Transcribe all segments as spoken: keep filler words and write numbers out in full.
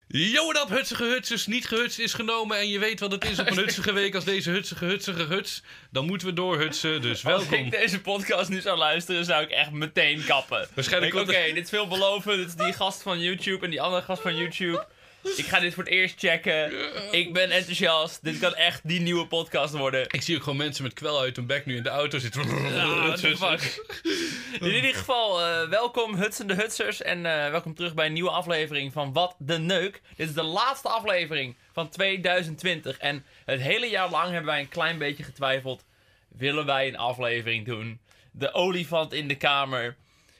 Joedap, hutsige hutsers, niet gehutst is genomen en je weet wat het is op een hutsige week als deze hutsige hutsige huts. Dan moeten we doorhutsen, dus welkom. Als ik deze podcast nu zou luisteren, zou ik echt meteen kappen. Waarschijnlijk Oké, wordt okay, dit is veelbelovend, dit is die gast van YouTube en die andere gast van YouTube. Ik ga dit voor het eerst checken. Ik ben enthousiast. Dit kan echt die nieuwe podcast worden. Ik zie ook gewoon mensen met kwel uit hun bek nu in de auto zitten. Ah, what the fuck. In ieder geval, uh, welkom hutsende hutsers en uh, welkom terug bij een nieuwe aflevering van Wat de Neuk. Dit is de laatste aflevering van tweeduizend twintig en het hele jaar lang hebben wij een klein beetje getwijfeld. Willen wij een aflevering doen? De olifant in de kamer.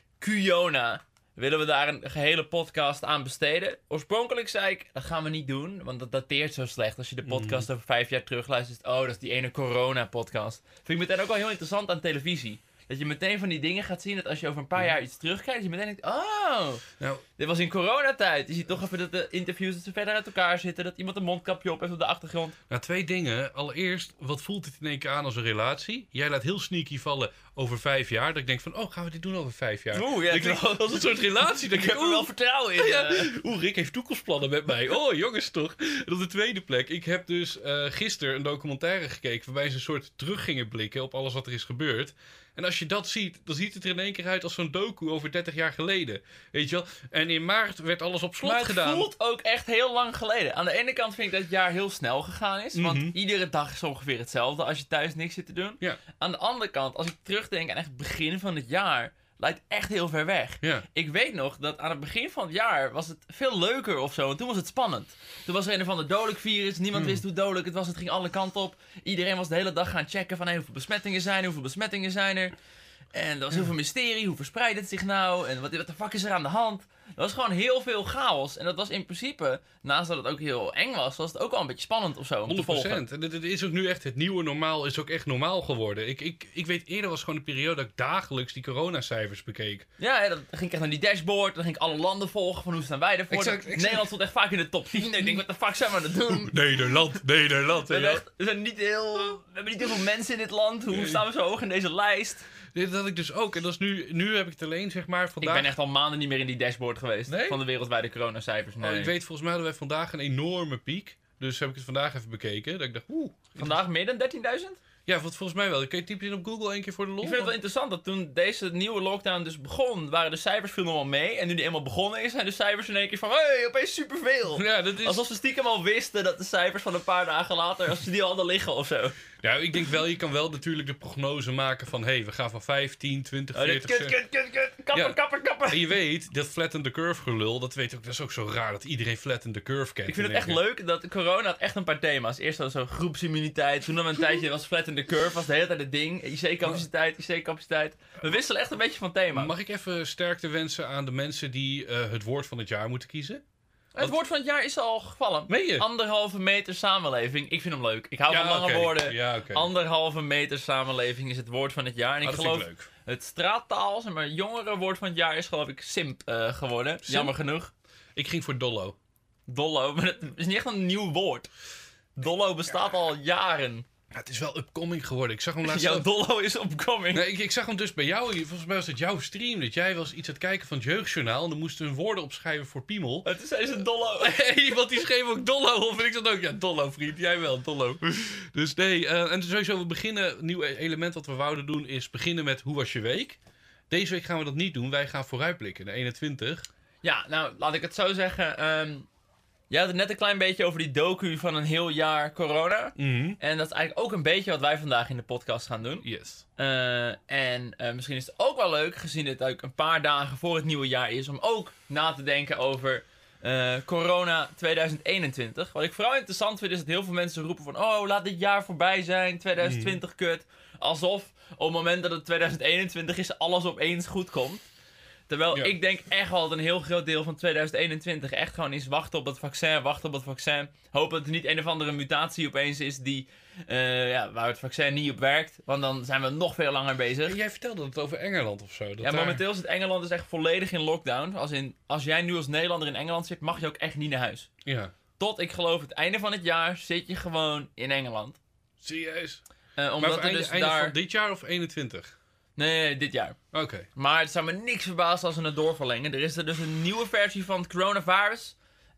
Cuyona. Willen we daar een gehele podcast aan besteden? Oorspronkelijk zei ik, dat gaan we niet doen, want dat dateert zo slecht. Als je de podcast mm. over vijf jaar terugluistert, oh, dat is die ene corona-podcast. Vind ik meteen ook wel heel interessant aan televisie. Dat je meteen van die dingen gaat zien, dat als je over een paar jaar iets terugkijkt, dat je meteen denkt, oh, nou, dit was in coronatijd. Je ziet toch even dat de interviews dat ze verder uit elkaar zitten, dat iemand een mondkapje op heeft op de achtergrond. Nou, twee dingen. Allereerst, wat voelt het in één keer aan als een relatie? Jij laat heel sneaky vallen over vijf jaar, dat ik denk van, oh, gaan we dit doen over vijf jaar? Oeh, ja, ik denk, dat is een soort relatie. Dat ik heb er wel vertrouwen in. Ja, ja. Oeh, Rick heeft toekomstplannen met mij. Oh, jongens toch. En op de tweede plek, ik heb dus uh, gisteren een documentaire gekeken waarbij ze een soort terug gingen blikken op alles wat er is gebeurd. En als je dat ziet, dan ziet het er in één keer uit als zo'n docu over dertig jaar geleden. Weet je wel? En in maart werd alles op slot maar het gedaan. Het voelt ook echt heel lang geleden. Aan de ene kant vind ik dat het jaar heel snel gegaan is. Want Mm-hmm. iedere dag is ongeveer hetzelfde als je thuis niks zit te doen. Ja. Aan de andere kant, als ik terugdenk aan echt het begin van het jaar, lijkt echt heel ver weg. Ja. Ik weet nog dat aan het begin van het jaar was het veel leuker of zo. En toen was het spannend. Toen was er een of ander dodelijk virus. Niemand Hmm. wist hoe dodelijk het was. Het ging alle kanten op. Iedereen was de hele dag gaan checken van hey, hoeveel besmettingen zijn er, hoeveel besmettingen zijn er. En er was heel veel mysterie. Hoe verspreidt het zich nou? En wat, wat de fuck is er aan de hand? Er was gewoon heel veel chaos. En dat was in principe, naast dat het ook heel eng was, was het ook wel een beetje spannend of zo om honderd te volgen. procent. En het is ook nu echt, het nieuwe normaal is ook echt normaal geworden. Ik, ik, ik weet, eerder was gewoon een periode dat ik dagelijks die coronacijfers bekeek. Ja, dan ging ik echt naar die dashboard. Dan ging ik alle landen volgen van hoe staan wij ervoor. Exact, exact. Nederland stond echt vaak in de top tien. En ik denk, wat de fuck zijn we aan het doen? Nederland, Nederland. We, hebben echt, we, zijn niet heel, we hebben niet heel veel mensen in dit land. Hoe staan we zo hoog in deze lijst? Dit had ik dus ook. En dat is nu, nu heb ik het alleen, zeg maar, vandaag. Ik ben echt al maanden niet meer in die dashboard geweest. Nee? Van de wereldwijde coronacijfers. Nee. Oh, ik weet, volgens mij hadden wij vandaag een enorme piek. Dus heb ik het vandaag even bekeken. Dat ik dacht, oeh. Vandaag meer dan dertienduizend? Ja, vol- volgens mij wel. Kun je typen in op Google één keer voor de lol? Ik vind het wel interessant dat toen deze nieuwe lockdown dus begon, waren de cijfers veel nog wel mee. En nu die eenmaal begonnen is, zijn de cijfers in één keer van, hé, hey, opeens superveel. Ja, dat is... Alsof ze stiekem al wisten dat de cijfers van een paar dagen later, als ze die al hadden liggen of zo. Ja, ik denk wel, je kan wel natuurlijk de prognose maken van, hé, hey, we gaan van vijftien, twintig, Oh, dit veertig... kut, kut, kut, kut, kappen, Ja. kappen, kappen. En je weet, dat flatten the curve gelul, dat weet ook, dat is ook zo raar dat iedereen flatten the curve kent. Ik vind in het echt één keer. leuk dat corona had echt een paar thema's. Eerst hadden we zo groepsimmuniteit, toen hadden we een tijdje was flatten the curve, was de hele tijd het ding. I C-capaciteit, I C-capaciteit. We wisselen echt een beetje van thema. Mag ik even sterkte wensen aan de mensen die uh, het woord van het jaar moeten kiezen? Het woord van het jaar is al gevallen. Meen je? Anderhalve meter samenleving. Ik vind hem leuk. Ik hou van lange oké. woorden. Ja, oké. Anderhalve meter samenleving is het woord van het jaar. En Ah, ik dat geloof, vind ik leuk. het straattaal, zeg maar, jongere woord van het jaar is geloof ik simp uh, geworden. Simp? Jammer genoeg. Ik ging voor Dollo. Dollo, maar het is niet echt een nieuw woord. Dollo bestaat al jaren. Ja, het is wel upcoming geworden. Ik zag hem laatst... Jouw Dollo is opkoming. Nee, ik, ik zag hem dus bij jou. Volgens mij was het jouw stream. Dat jij was iets aan het kijken van het Jeugdjournaal. En dan moesten hun woorden opschrijven voor Piemel. Het is eens een Dollo. Iemand die schreef ook Dollo op. En ik zat ook, ja, Dollo vriend. Jij wel, Dollo. Dus nee, uh, en sowieso we beginnen. Een nieuw element wat we wouden doen is beginnen met hoe was je week? Deze week gaan we dat niet doen. Wij gaan vooruitblikken naar eenentwintig. Ja, nou, laat ik het zo zeggen. Um, je had het net een klein beetje over die docu van een heel jaar corona. Mm-hmm. En dat is eigenlijk ook een beetje wat wij vandaag in de podcast gaan doen. Yes. Uh, en uh, misschien is het ook wel leuk, gezien het ook een paar dagen voor het nieuwe jaar is, om ook na te denken over uh, corona tweeduizend eenentwintig. Wat ik vooral interessant vind is dat heel veel mensen roepen van, oh, laat dit jaar voorbij zijn, tweeduizend twintig kut. Alsof op het moment dat het tweeduizend eenentwintig is, alles opeens goed komt. Terwijl Ja. ik denk echt wel dat een heel groot deel van tweeduizend eenentwintig echt gewoon is wachten op dat vaccin, wachten op dat vaccin. Hopen dat er niet een of andere mutatie opeens is die, uh, ja, waar het vaccin niet op werkt. Want dan zijn we nog veel langer bezig. En jij vertelde het over Engeland of zo. Dat Ja, daar... momenteel zit Engeland dus echt volledig in lockdown. Als, in, als jij nu als Nederlander in Engeland zit, mag je ook echt niet naar huis. Ja. Tot, ik geloof, het einde van het jaar zit je gewoon in Engeland. Serieus? Uh, Maar omdat voor er einde, dus einde daar... van dit jaar of eenentwintig? Nee, nee, dit jaar. Oké. Okay. Maar het zou me niks verbazen als ze het doorverlengen. Er is er dus een nieuwe versie van het coronavirus.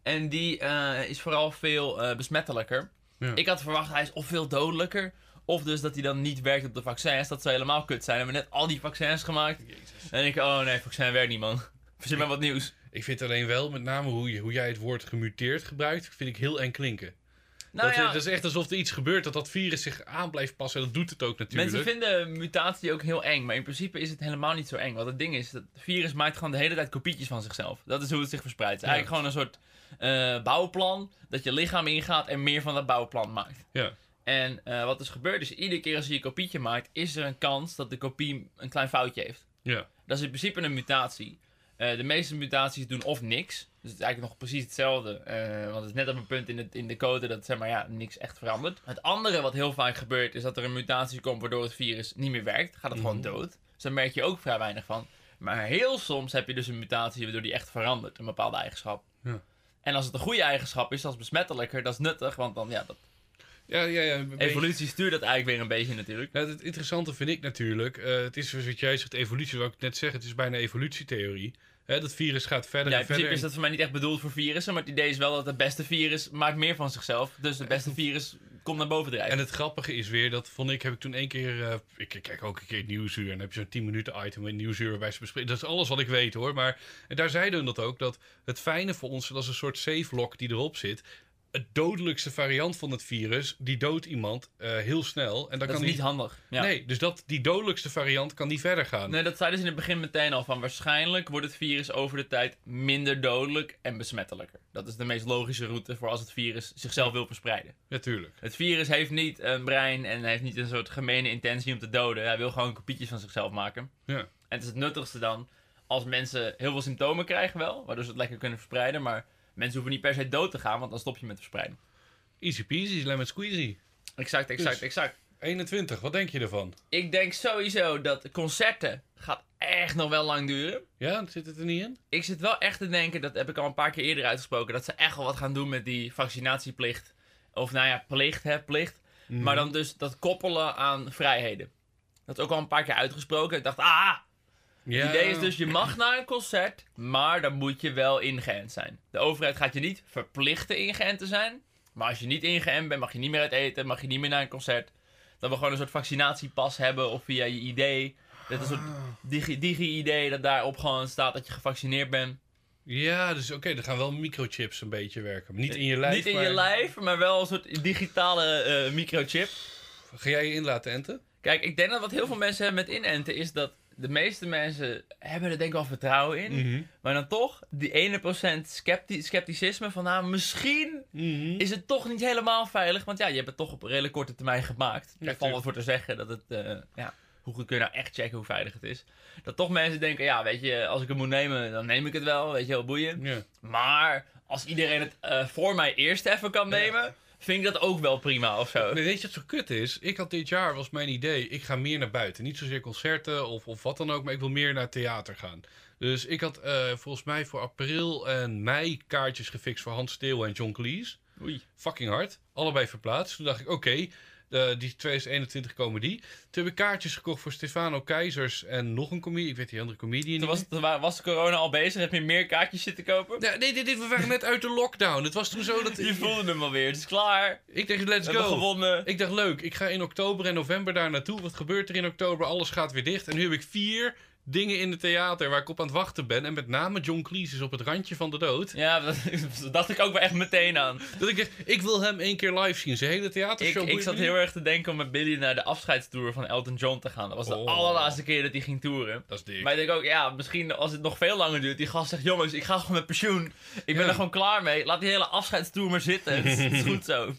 En die uh, is vooral veel uh, besmettelijker. Ja. Ik had verwacht, hij is of veel dodelijker. Of dus dat hij dan niet werkt op de vaccins. Dat zou helemaal kut zijn. We hebben net al die vaccins gemaakt. Jezus. En ik oh nee, vaccin werkt niet, man. Verzin maar wat nieuws. Ik vind alleen wel, met name hoe, je, hoe jij het woord gemuteerd gebruikt, vind ik heel eng klinken. Nou dat, ja. dat is echt alsof er iets gebeurt dat dat virus zich aan blijft passen. En dat doet het ook natuurlijk. Mensen vinden mutatie ook heel eng. Maar in principe is het helemaal niet zo eng. Want het ding is, dat het virus maakt gewoon de hele tijd kopietjes van zichzelf. Dat is hoe het zich verspreidt. Het is ja. eigenlijk gewoon een soort uh, bouwplan. Dat je lichaam ingaat en meer van dat bouwplan maakt. Ja. En uh, wat is gebeurd is, iedere keer als je een kopietje maakt, is er een kans dat de kopie een klein foutje heeft. Ja. Dat is in principe een mutatie. Uh, de meeste mutaties doen of niks. Dus het is eigenlijk nog precies hetzelfde. Uh, want het is net op een punt in, het, in de code dat zeg maar, ja, niks echt verandert. Het andere wat heel vaak gebeurt is dat er een mutatie komt waardoor het virus niet meer werkt. Gaat het mm. gewoon dood. Dus daar merk je ook vrij weinig van. Maar heel soms heb je dus een mutatie waardoor die echt verandert. Een bepaalde eigenschap. Ja. En als het een goede eigenschap is, als besmettelijker, dat is nuttig. Want dan, ja, dat... Ja, ja, ja, evolutie stuurt dat eigenlijk weer een beetje natuurlijk. Ja, het interessante vind ik natuurlijk, uh, het is zoals jij zegt, evolutie, wat ik net zeg, het is bijna evolutietheorie. Hè, dat virus gaat verder ja, en verder. In principe is dat voor mij niet echt bedoeld voor virussen, maar het idee is wel dat het beste virus maakt meer van zichzelf. Dus het beste virus komt naar boven drijven. En het grappige is weer, dat vond ik, heb ik toen één keer, uh, ik kijk ook een keer het Nieuwsuur en dan heb je zo'n tien minuten item in Nieuwsuur waarbij ze bespreken. Dat is alles wat ik weet hoor, maar en daar zeiden we dat ook, dat het fijne voor ons, dat is een soort safe lock die erop zit. Het dodelijkste variant van het virus, die doodt iemand uh, heel snel. En dan dat kan is die... niet handig. Ja. Nee, dus dat, die dodelijkste variant kan niet verder gaan. Nee, dat zeiden ze in het begin meteen al. Van waarschijnlijk wordt het virus over de tijd minder dodelijk en besmettelijker. Dat is de meest logische route voor als het virus zichzelf wil verspreiden. Natuurlijk. Het virus heeft niet een brein en heeft niet een soort gemene intentie om te doden. Hij wil gewoon kopietjes van zichzelf maken. Ja. En het is het nuttigste dan als mensen heel veel symptomen krijgen wel, waardoor ze het lekker kunnen verspreiden, maar... Mensen hoeven niet per se dood te gaan, want dan stop je met verspreiden. Easy peasy, lemon squeezy. Exact, exact, dus, exact. eenentwintig, wat denk je ervan? Ik denk sowieso dat concerten gaat echt nog wel lang duren. Ja, zit het er niet in? Ik zit wel echt te denken, dat heb ik al een paar keer eerder uitgesproken, dat ze echt wel wat gaan doen met die vaccinatieplicht. Of nou ja, plicht, hè, plicht. Mm. Maar dan dus dat koppelen aan vrijheden. Dat is ook al een paar keer uitgesproken. Ik dacht, ah... Ja. Het idee is dus, je mag naar een concert, maar dan moet je wel ingeënt zijn. De overheid gaat je niet verplichten ingeënt te zijn. Maar als je niet ingeënt bent, mag je niet meer uit eten, mag je niet meer naar een concert. Dat we gewoon een soort vaccinatiepas hebben of via je I D. Dat is een soort digi- digi-I D dat daarop gewoon staat dat je gevaccineerd bent. Ja, dus oké, okay, er gaan wel microchips een beetje werken. Niet in je lijf, Niet in maar... je lijf, maar wel een soort digitale uh, microchip. Ga jij je in laten enten? Kijk, ik denk dat wat heel veel mensen hebben met inenten is dat... De meeste mensen hebben er denk ik wel vertrouwen in. Mm-hmm. Maar dan toch, die ene procent scepti- scepticisme van... Nou, misschien mm-hmm. is het toch niet helemaal veilig. Want ja, je hebt het toch op een redelijk korte termijn gemaakt. Er ja, valt wat voor te zeggen dat het... Uh, ja, hoe goed kun je nou echt checken hoe veilig het is? Dat toch mensen denken, ja, weet je, als ik het moet nemen, dan neem ik het wel. Weet je wel, boeien. Ja. Maar als iedereen het uh, voor mij eerst even kan nemen... Ja. Vind ik dat ook wel prima of zo. Nee, weet je wat zo kut is? Ik had dit jaar, was mijn idee, ik ga meer naar buiten. Niet zozeer concerten of, of wat dan ook, maar ik wil meer naar theater gaan. Dus ik had uh, volgens mij voor april en mei kaartjes gefixt voor Hans Steeuw en John Cleese. Oei. Fucking hard. Allebei verplaatst. Toen dacht ik, oké, okay, uh, die twintig eenentwintig komen die. Toen heb ik kaartjes gekocht voor Stefano Keizers en nog een comedian. Ik weet die andere comedian Toen was, was, was corona al bezig? Heb je meer kaartjes zitten kopen? Ja, nee, dit, dit, we waren net uit de lockdown. Het was toen zo dat... Je voelde hem alweer, het is klaar. Ik dacht, let's we go. hebben gewonnen. Ik dacht, leuk, ik ga in oktober en november daar naartoe. Wat gebeurt er in oktober? Alles gaat weer dicht. En nu heb ik vier dingen in het theater waar ik op aan het wachten ben. En met name John Cleese is op het randje van de dood. Ja, dat, dat dacht ik ook wel echt meteen aan. Dat ik dacht, ik wil hem één keer live zien. Zijn hele theatershow. Ik, ik zat heel erg te denken om met Billy naar de afscheidstour van Elton John te gaan. Dat was de oh. allerlaatste keer dat hij ging toeren. Dat is dik. Maar ik denk ook, ja, misschien als het nog veel langer duurt. Die gast zegt, jongens, ik ga gewoon met pensioen. Ik ben ja. er gewoon klaar mee. Laat die hele afscheidstour maar zitten. Het is, het is goed zo.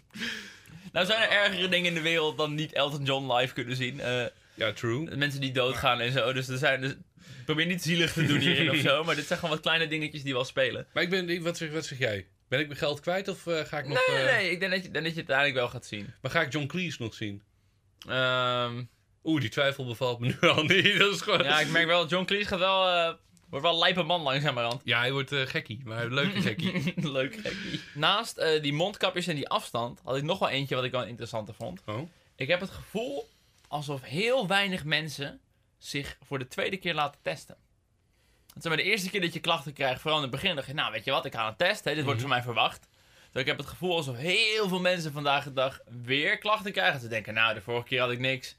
Nou zijn er ergere dingen in de wereld dan niet Elton John live kunnen zien. Uh, ja, true. Mensen die doodgaan en zo. Dus er zijn... Dus, probeer niet zielig te doen hierin of zo, maar dit zijn gewoon wat kleine dingetjes die wel spelen. Maar ik ben, wat zeg, wat zeg jij? Ben ik mijn geld kwijt of uh, ga ik nog... Nee, nee, uh... nee, ik denk dat, je, denk dat je het uiteindelijk wel gaat zien. Maar ga ik John Cleese nog zien? Um... Oeh, die twijfel bevalt me nu al niet. Dat is gewoon... Ja, ik merk wel, John Cleese gaat wel... Uh, wordt wel een lijpe man langzamerhand. Ja, hij wordt uh, gekkie, maar een leuke gekkie. Leuk gekkie. Naast uh, die mondkapjes en die afstand had ik nog wel eentje wat ik wel interessanter vond. Oh. Ik heb het gevoel alsof heel weinig mensen zich voor de tweede keer laten testen. zeg maar, de eerste keer dat je klachten krijgt, vooral in het begin, dacht je, nou weet je wat, ik ga een test, hè, dit wordt Mhm. van mij verwacht. Dus ik heb het gevoel alsof heel veel mensen vandaag de dag weer klachten krijgen. Ze denken, nou, de vorige keer had ik niks.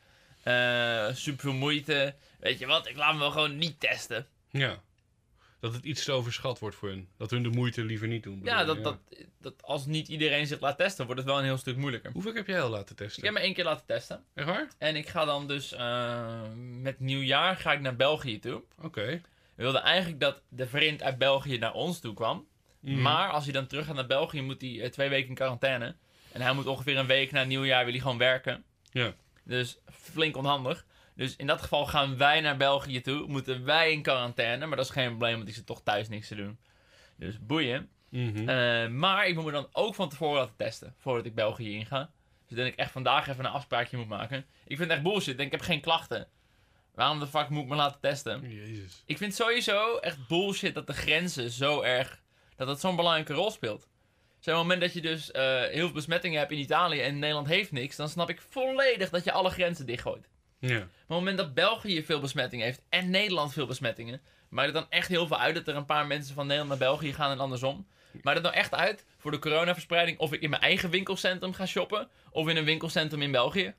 Uh, super veel moeite. Weet je wat, ik laat me wel gewoon niet testen. Ja. Dat het iets te overschat wordt voor hun. Dat hun de moeite liever niet doen. Ja, dat, je, dat, dat als niet iedereen zich laat testen, wordt het wel een heel stuk moeilijker. Hoeveel heb jij al laten Ik testen? heb me één keer laten testen. Echt waar? En ik ga dan dus uh, met nieuwjaar ga ik naar België toe. Oké. Okay. We wilden eigenlijk dat de vriend uit België naar ons toe kwam. Mm. Maar als hij dan terug gaat naar België, moet hij uh, twee weken in quarantaine. En hij moet ongeveer een week na nieuwjaar wil hij gewoon werken. Ja. Dus flink onhandig. Dus in dat geval gaan wij naar België toe. Moeten wij in quarantaine. Maar dat is geen probleem, want ik zit toch thuis niks te doen. Dus boeien. Mm-hmm. Uh, maar ik moet me dan ook van tevoren laten testen. Voordat ik België inga. Dus dat ik echt vandaag even een afspraakje moet maken. Ik vind het echt bullshit. Ik heb geen klachten. Waarom de fuck moet ik me laten testen? Jezus. Ik vind sowieso echt bullshit dat de grenzen zo erg... Dat dat zo'n belangrijke rol speelt. Dus op het moment dat je dus uh, heel veel besmettingen hebt in Italië en Nederland heeft niks... Dan snap ik volledig dat je alle grenzen dichtgooit. Ja. Maar op het moment dat België veel besmettingen heeft en Nederland veel besmettingen... Maakt het dan echt heel veel uit dat er een paar mensen van Nederland naar België gaan en andersom? Maakt het dan echt uit voor de coronaverspreiding of ik in mijn eigen winkelcentrum ga shoppen... Of in een winkelcentrum in België?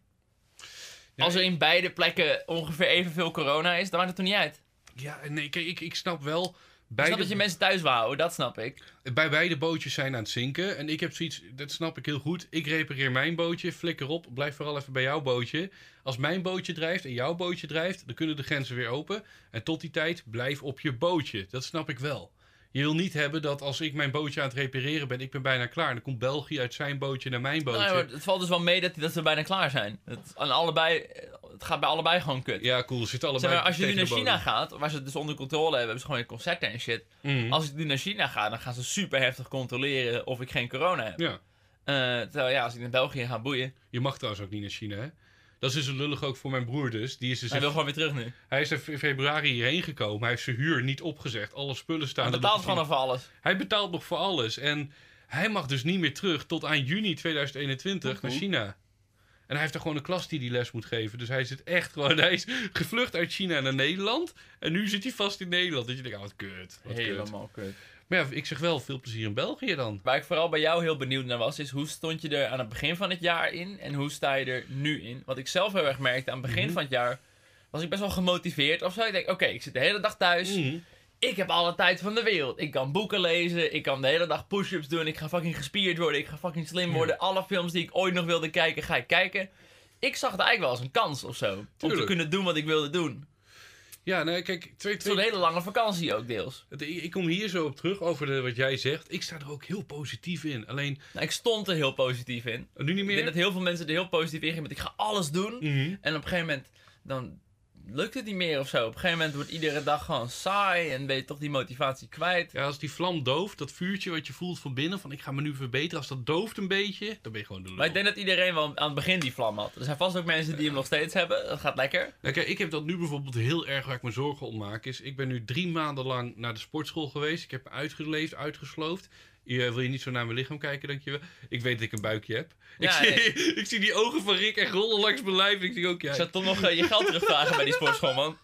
Ja, Als er in beide plekken ongeveer evenveel corona is, dan maakt het toch niet uit? Ja, nee, kijk, ik, ik snap wel... Beide... Ik snap dat je mensen thuis wou houden, dat snap ik. Bij beide bootjes zijn aan het zinken. En ik heb zoiets, dat snap ik heel goed. Ik repareer mijn bootje, flikker op, blijf vooral even bij jouw bootje. Als mijn bootje drijft en jouw bootje drijft, dan kunnen de grenzen weer open. En tot die tijd, blijf op je bootje. Dat snap ik wel. Je wil niet hebben dat als ik mijn bootje aan het repareren ben, ik ben bijna klaar. Dan komt België uit zijn bootje naar mijn bootje. Nou, het valt dus wel mee dat, dat ze bijna klaar zijn. Het, aan allebei, het gaat bij allebei gewoon kut. Ja, cool. Ze zitten allebei zeg maar, als je nu naar China bodem. gaat, waar ze het dus onder controle hebben, hebben ze gewoon weer concerten en shit. Mm. Als ik nu naar China ga, dan gaan ze super heftig controleren of ik geen corona heb. Ja. Uh, terwijl ja, als ik naar België ga boeien. Je mag trouwens ook niet naar China, hè? Dat is dus een lullig ook voor mijn broer dus. Die is dus hij wil gewoon weer terug nu. Hij is in februari hierheen gekomen. Hij heeft zijn huur niet opgezegd. Alle spullen staan... Hij betaalt gewoon nog voor alles. Hij betaalt nog voor alles. En hij mag dus niet meer terug tot aan juni tweeduizend eenentwintig uh-huh. naar China. En hij heeft er gewoon een klas die die les moet geven. Dus hij zit echt gewoon... Hij is gevlucht uit China naar Nederland. En nu zit hij vast in Nederland. Dat je denkt, oh, wat kut. Wat Helemaal kut. kut. Maar ja, ik zeg wel, veel plezier in België dan. Waar ik vooral bij jou heel benieuwd naar was, is hoe stond je er aan het begin van het jaar in en hoe sta je er nu in? Wat ik zelf heel erg merkte aan het begin mm-hmm. van het jaar, was ik best wel gemotiveerd of zo. Ik denk, oké, okay, ik zit de hele dag thuis, mm-hmm. ik heb alle tijd van de wereld. Ik kan boeken lezen, ik kan de hele dag push-ups doen, ik ga fucking gespierd worden, ik ga fucking slim worden. Mm. Alle films die ik ooit nog wilde kijken, ga ik kijken. Ik zag het eigenlijk wel als een kans of zo, Tuurlijk. om te kunnen doen wat ik wilde doen. Ja, nee, kijk... Twee, twee... Het is een hele lange vakantie ook deels. Ik kom hier zo op terug over de, wat jij zegt. Ik sta er ook heel positief in. Alleen... Nou, ik stond er heel positief in. Nu niet meer? Ik denk dat heel veel mensen er heel positief in gaan. Met ik ga alles doen. Mm-hmm. En op een gegeven moment... Dan lukt het niet meer of zo. Op een gegeven moment wordt iedere dag gewoon saai. En ben je toch die motivatie kwijt. Ja, als die vlam dooft, dat vuurtje wat je voelt van binnen. Van ik ga me nu verbeteren. Als dat dooft een beetje, dan ben je gewoon de lul. Maar ik denk dat iedereen wel aan het begin die vlam had. Er zijn vast ook mensen die hem nog steeds hebben. Dat gaat lekker. Nou, kijk, ik heb dat nu bijvoorbeeld heel erg waar ik me zorgen om maak. Is, ik ben nu drie maanden lang naar de sportschool geweest. Ik heb me uitgeleefd, uitgesloofd. Je, wil je niet zo naar mijn lichaam kijken, dankjewel. Ik weet dat ik een buikje heb. Ja, ik, nee. zie, ik zie die ogen van Rick echt rollen langs mijn lijf. Ik denk ook, ja. Ik zou toch nog uh, je geld terugvragen bij die sportschool, man.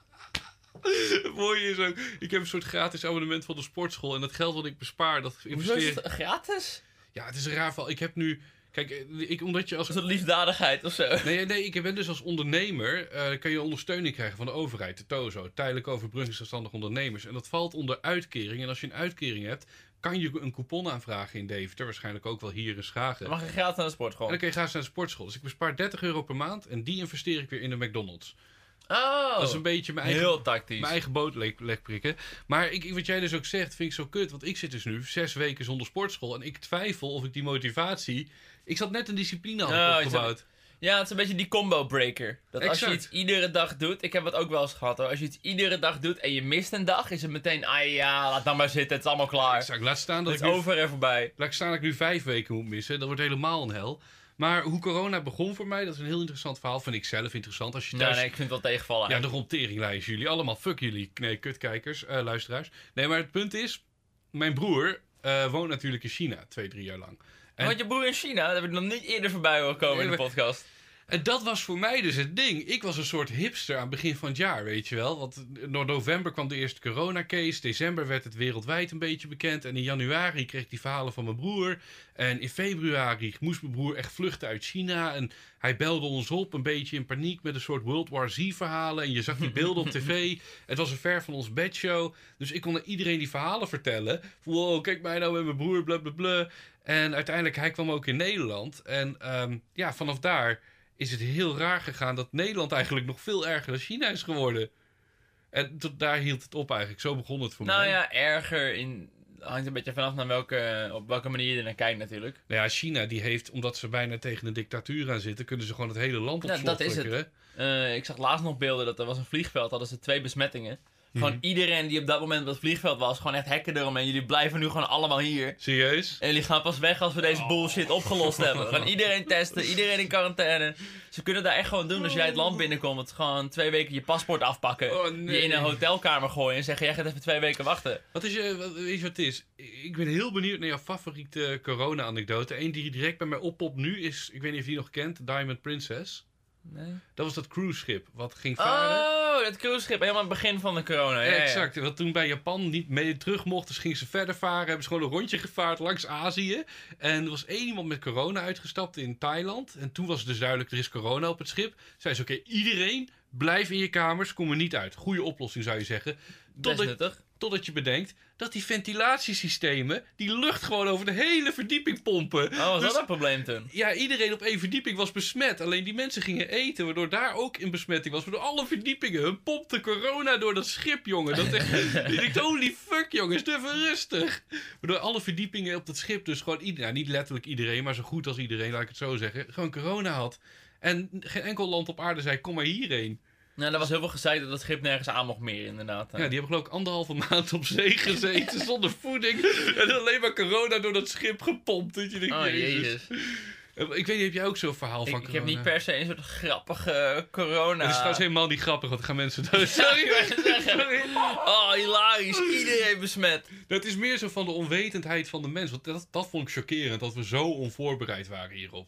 Het mooie is ook, ik heb een soort gratis abonnement van de sportschool. En dat geld wat ik bespaar, dat investeer... Hoezo is het gratis? Ja, het is een raar val. Ik heb nu... Kijk, ik, omdat je als... Is dat liefdadigheid of zo? Nee, nee, ik ben dus als ondernemer... Uh, kan je ondersteuning krijgen van de overheid, de TOZO. Tijdelijk overbruggingszelfstandig ondernemers. En dat valt onder uitkering. En als je een uitkering hebt... kan je een coupon aanvragen in Deventer. Waarschijnlijk ook wel hier in Schagen. Dan mag je gratis naar de sportschool. En dan kun je gratis naar de sportschool. Dus ik bespaar dertig euro per maand. En die investeer ik weer in de McDonald's. Oh, dat is een beetje mijn eigen, heel tactisch. Mijn eigen boot leg, legprikken. Maar ik, wat jij dus ook zegt, vind ik zo kut. Want ik zit dus nu zes weken zonder sportschool. En ik twijfel of ik die motivatie... Ik zat net een discipline aan oh, opgebouwd. Ja, het is een beetje die combo breaker. Dat exact. Als je iets iedere dag doet... Ik heb het ook wel eens gehad hoor. Als je iets iedere dag doet en je mist een dag... Is het meteen... Ah ja, laat dan maar zitten. Het is allemaal klaar. Exact. Laat staan dat het ik is nu, over en voorbij. Laat staan dat ik nu vijf weken moet missen. Dat wordt helemaal een hel. Maar hoe corona begon voor mij, dat is een heel interessant verhaal. Vind ik zelf interessant. Als je thuis... Nee, nee, ik vind het wel tegenvallen. Ja, de rondteringlijst jullie. Allemaal fuck jullie. Nee, kutkijkers, uh, luisteraars. Nee, maar het punt is... Mijn broer uh, woont natuurlijk in China. Twee, drie jaar lang. En... Want je broer in China, dat heb ik nog niet eerder voorbij horen komen nee, in de podcast. En dat was voor mij dus het ding. Ik was een soort hipster aan het begin van het jaar, weet je wel. Want door november kwam de eerste coronacase. December werd het wereldwijd een beetje bekend. En in januari kreeg ik die verhalen van mijn broer. En in februari moest mijn broer echt vluchten uit China. En hij belde ons op, een beetje in paniek, met een soort World War Z verhalen. En je zag die beelden op tv. Het was een ver van ons bedshow. Dus ik kon aan iedereen die verhalen vertellen. Wow, kijk mij nou met mijn broer, blablabla. En uiteindelijk, hij kwam ook in Nederland. En um, ja, vanaf daar is het heel raar gegaan dat Nederland eigenlijk nog veel erger dan China is geworden. En tot daar hield het op eigenlijk. Zo begon het voor nou mij. Nou ja, erger in... hangt een beetje vanaf naar welke, op welke manier je er naar kijkt natuurlijk. Nou ja, China die heeft, omdat ze bijna tegen een dictatuur aan zitten, kunnen ze gewoon het hele land op Ja, slot dat is drukken, het. Uh, ik zag laatst nog beelden dat er was een vliegveld, hadden ze twee besmettingen. Gewoon Mhm. iedereen die op dat moment op het vliegveld was, gewoon echt hekken eromheen. Jullie blijven nu gewoon allemaal hier. Serieus? En jullie gaan pas weg als we deze bullshit opgelost hebben. We gaan iedereen testen, iedereen in quarantaine. Ze kunnen daar echt gewoon doen als jij het land binnenkomt. Gewoon twee weken je paspoort afpakken. Oh, nee. Je in een hotelkamer gooien en zeggen, jij gaat even twee weken wachten. Wat is je, wat, weet je wat het is? Ik ben heel benieuwd naar jouw favoriete corona-anekdote. Eén die direct bij mij oppopt nu is, ik weet niet of je die nog kent, Diamond Princess. Nee. Dat was dat cruiseschip wat ging varen. Oh, dat cruiseschip, helemaal aan het begin van de corona. Ja, Ja, ja. exact. Wat toen bij Japan niet mee terug mocht, dus gingen ze verder varen. Hebben ze gewoon een rondje gevaard langs Azië. En er was één iemand met corona uitgestapt in Thailand. En toen was het dus duidelijk, er is corona op het schip. Zei ze, oké, okay, iedereen blijf in je kamers, kom er niet uit. Goeie oplossing zou je zeggen. Best Totdat, nuttig. totdat je bedenkt dat die ventilatiesystemen die lucht gewoon over de hele verdieping pompen. Oh, was Dus dat een probleem toen? ja, iedereen op één verdieping was besmet. Alleen die mensen gingen eten, waardoor daar ook een besmetting was. Waardoor alle verdiepingen, hun pompte corona door dat schip, jongen. Dat echt, je denkt, holy fuck, jongens, even rustig. Waardoor alle verdiepingen op dat schip dus gewoon, iedereen, nou, niet letterlijk iedereen, maar zo goed als iedereen, laat ik het zo zeggen, gewoon corona had. En geen enkel land op aarde zei, kom maar hierheen. Nou, er was heel veel gezeid dat het schip nergens aan mocht meer, inderdaad. Ja, die hebben geloof ik anderhalve maand op zee gezeten zonder voeding. En alleen maar corona door dat schip gepompt. Dat je denkt, Oh, jezus. jezus. Ik weet niet, heb jij ook zo'n verhaal Ik, van ik corona? heb niet per se een soort grappige corona. Het is trouwens helemaal niet grappig, want dan gaan mensen dood. Sorry, sorry. Oh, hilarisch. Iedereen besmet. Dat is meer zo van de onwetendheid van de mens. Want dat, dat vond ik chockerend, dat we zo onvoorbereid waren hierop.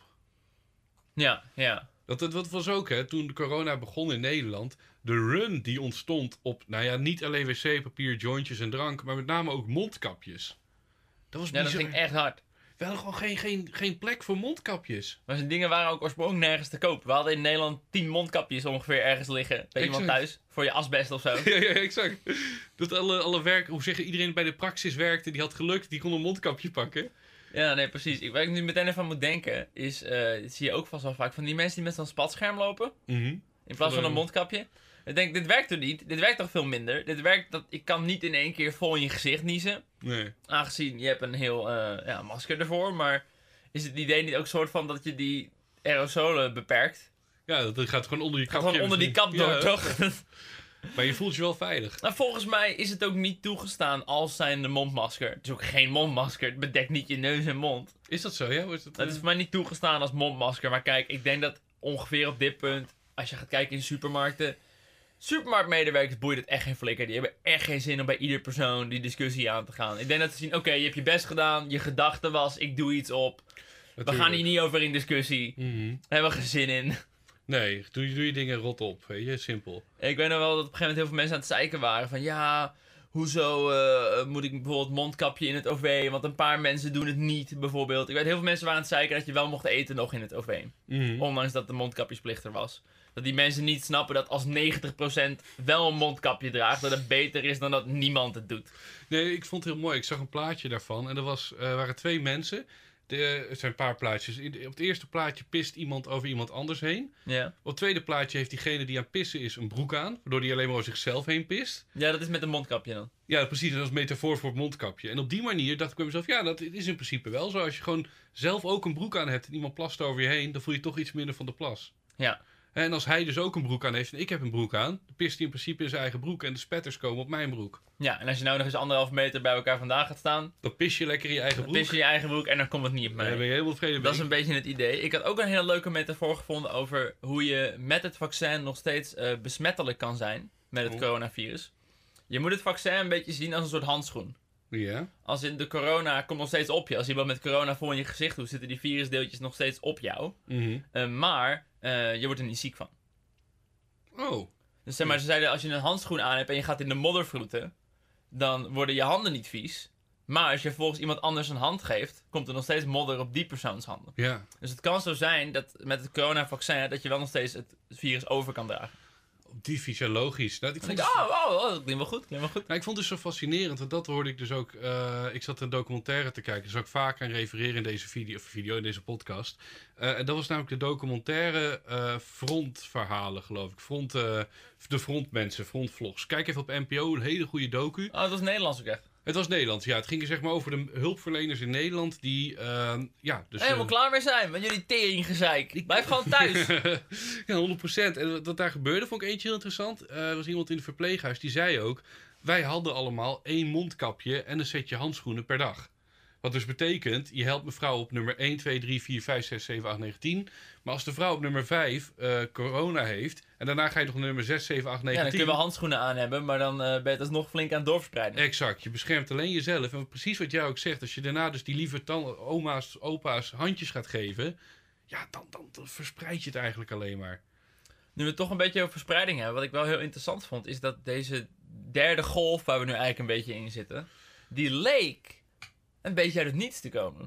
Ja, ja. Dat, dat, dat was ook, hè, toen de corona begon in Nederland. De run die ontstond op, nou ja, niet alleen wc-papier, jointjes en drank, maar met name ook mondkapjes. Dat was Ja, dat bizar. ging echt hard. We hadden gewoon geen, geen, geen plek voor mondkapjes. Maar zijn dingen waren ook oorspronkelijk nergens te koop. We hadden in Nederland tien mondkapjes ongeveer ergens liggen. Bij iemand Exact. thuis. Voor je asbest of zo. Ja, ja, exact. Dat alle, alle werk, hoe zeggen, iedereen bij de praxis werkte, die had gelukt, die kon een mondkapje pakken. Ja, nee, precies. Ik, waar ik nu meteen even aan moet denken, is, uh, dat zie je ook vast wel vaak, van die mensen die met zo'n spatscherm lopen. Mhm. In plaats van een mondkapje. Ik denk, dit werkt er niet. Dit werkt toch veel minder. Dit werkt dat ik kan niet in één keer vol in je gezicht niezen. Nee. Aangezien je hebt een heel uh, ja, masker ervoor. Maar is het idee niet ook soort van dat je die aerosolen beperkt? Ja, dat gaat gewoon onder die Gaat kap. gewoon onder die kap door, Ja. toch? Maar je voelt je wel veilig. Nou, volgens mij is het ook niet toegestaan als zijnde mondmasker. Het is ook geen mondmasker. Het bedekt niet je neus en mond. Is dat zo, ja? Hoe is dat, Het is voor mij niet toegestaan als mondmasker. Maar kijk, ik denk dat ongeveer op dit punt, als je gaat kijken in supermarkten, supermarktmedewerkers boeit het echt geen flikker. Die hebben echt geen zin om bij ieder persoon die discussie aan te gaan. Ik denk dat ze zien, oké, okay, je hebt je best gedaan. Je gedachte was, ik doe iets op. Natuurlijk. We gaan hier niet over in discussie. Mhm. Daar hebben we geen zin in. Nee, doe, je- doe je dingen rot op, weet je, simpel. Ik weet nog wel dat op een gegeven moment heel veel mensen aan het zeiken waren. Van ja, hoezo uh, moet ik bijvoorbeeld mondkapje in het O V? Want een paar mensen doen het niet, bijvoorbeeld. Ik weet heel veel mensen waren aan het zeiken dat je wel mocht eten nog in het O V. Mhm. Ondanks dat de mondkapjesplicht er was. Dat die mensen niet snappen dat als negentig procent wel een mondkapje draagt, dat het beter is dan dat niemand het doet. Nee, ik vond het heel mooi. Ik zag een plaatje daarvan en er was, uh, waren twee mensen. De, het zijn een paar plaatjes. In- Op het eerste plaatje pist iemand over iemand anders heen. Ja. Op het tweede plaatje heeft diegene die aan het pissen is een broek aan. Waardoor hij alleen maar over zichzelf heen pist. Ja, dat is met een mondkapje dan. Ja, precies. Dat is een metafoor voor het mondkapje. En op die manier dacht ik bij mezelf, ja, dat is in principe wel zo. Als je gewoon zelf ook een broek aan hebt en iemand plast over je heen, dan voel je toch iets minder van de plas. Ja. En als hij dus ook een broek aan heeft en ik heb een broek aan, dan pist hij in principe in zijn eigen broek en de spetters komen op mijn broek. Ja, en als je nou nog eens anderhalf meter bij elkaar vandaan gaat staan, Dan pis je lekker in je eigen dan broek. pis je je eigen broek en dan komt het niet op Daar ben mij. je helemaal tevreden mee. Dat is een beetje het idee. Ik had ook een hele leuke metafoor gevonden over hoe je met het vaccin nog steeds uh, besmettelijk kan zijn met het Oh. coronavirus. Je moet het vaccin een beetje zien als een soort handschoen. Ja. Als in de corona komt nog steeds op je. Als iemand met corona voor in je gezicht doet, zitten die virusdeeltjes nog steeds op jou. Mhm. Uh, maar uh, je wordt er niet ziek van. Oh. Dus zeg maar, ze zeiden, als je een handschoen aan hebt en je gaat in de modder vroeten, dan worden je handen niet vies. Maar als je volgens iemand anders een hand geeft, komt er nog steeds modder op die persoons handen. Ja. Dus het kan zo zijn dat met het coronavaccin dat je wel nog steeds het virus over kan dragen. Op die vies, ja, logisch. Nou, ik Ik vond denk, het... oh, oh, oh, dat klinkt wel goed, klinkt wel goed. Nou, ik vond het dus zo fascinerend, want dat hoorde ik dus ook... Uh, ik zat een documentaire te kijken, dus ook vaak aan refereren in deze video, of video in deze podcast. Uh, en dat was namelijk de documentaire uh, frontverhalen, geloof ik. Front, uh, de frontmensen, frontvlogs. Kijk even op N P O, een hele goede docu. Oh, dat was Nederlands ook echt. Het was Nederlands, ja. Het ging zeg maar over de hulpverleners in Nederland die, uh, ja... Dus, helemaal uh, klaar mee zijn met jullie teringgezeik. Ik blijf gewoon thuis. Ja, honderd procent. En wat daar gebeurde vond ik eentje heel interessant. Uh, er was iemand in het verpleeghuis die zei ook... Wij hadden allemaal één mondkapje en een setje handschoenen per dag. Wat dus betekent, je helpt mevrouw op nummer één, twee, drie, vier, vijf, zes, zeven, acht, negen, tien. Maar als de vrouw op nummer vijf uh, corona heeft... en daarna ga je nog nummer zes, zeven, acht, negen, ja, dan tien... kun je wel handschoenen aan hebben, maar dan uh, ben je dus nog flink aan het doorverspreiden. Exact, je beschermt alleen jezelf. En precies wat jij ook zegt, als je daarna dus die lieve tan- oma's, opa's handjes gaat geven... ja, dan, dan, dan verspreid je het eigenlijk alleen maar. Nu we het toch een beetje over verspreiding hebben, wat ik wel heel interessant vond... is dat deze derde golf, waar we nu eigenlijk een beetje in zitten... die leek een beetje uit het niets te komen.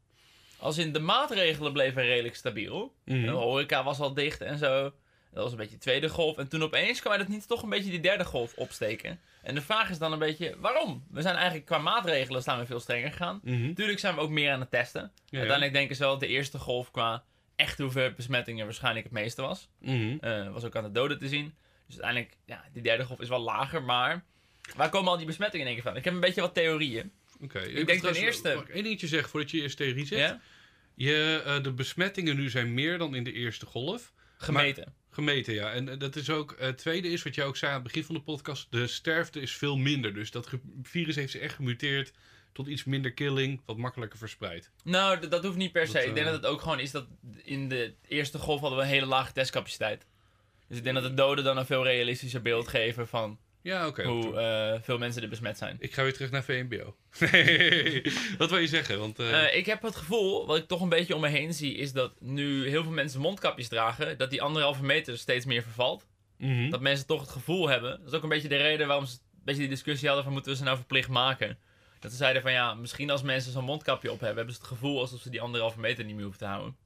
Als in de maatregelen bleven redelijk stabiel. Mm-hmm. De horeca was al dicht en zo. Dat was een beetje de tweede golf. En toen opeens kwam uit het niets toch een beetje die derde golf opsteken. En de vraag is dan een beetje, waarom? We zijn eigenlijk qua maatregelen staan we veel strenger gegaan. Mm-hmm. Tuurlijk zijn we ook meer aan het testen. Ja, uiteindelijk ja. denken ze wel dat de eerste golf qua echt hoeveel besmettingen waarschijnlijk het meeste was. Mm-hmm. Uh, was ook aan de doden te zien. Dus uiteindelijk, ja, die derde golf is wel lager. Maar waar komen al die besmettingen in één keer van? Ik heb een beetje wat theorieën. Oké, ik, ik denk ten eerste... Mag ik één dingetje zeggen voordat je eerst theorie zegt? Ja? Je, uh, de besmettingen nu zijn meer dan in de eerste golf. Gemeten. Maar, gemeten, ja. En uh, dat is ook... Het uh, tweede is, wat jij ook zei aan het begin van de podcast... de sterfte is veel minder. Dus dat ge- virus heeft zich echt gemuteerd... tot iets minder killing, wat makkelijker verspreid. Nou, d- dat hoeft niet per se. Dat, uh... Ik denk dat het ook gewoon is dat... in de eerste golf hadden we een hele lage testcapaciteit. Dus ik denk dat de doden dan een veel realistischer beeld geven van... Ja, oké. Okay, hoe uh, veel mensen er besmet zijn. Ik ga weer terug naar V M B O. Nee, wat wil je zeggen? Want, uh... Uh, ik heb het gevoel, wat ik toch een beetje om me heen zie... is dat nu heel veel mensen mondkapjes dragen... dat die anderhalve meter steeds meer vervalt. Mm-hmm. Dat mensen toch het gevoel hebben... Dat is ook een beetje de reden waarom ze een beetje die discussie hadden... van moeten we ze nou verplicht maken? Dat ze zeiden van ja, misschien als mensen zo'n mondkapje op hebben... hebben ze het gevoel alsof ze die anderhalve meter niet meer hoeven te houden.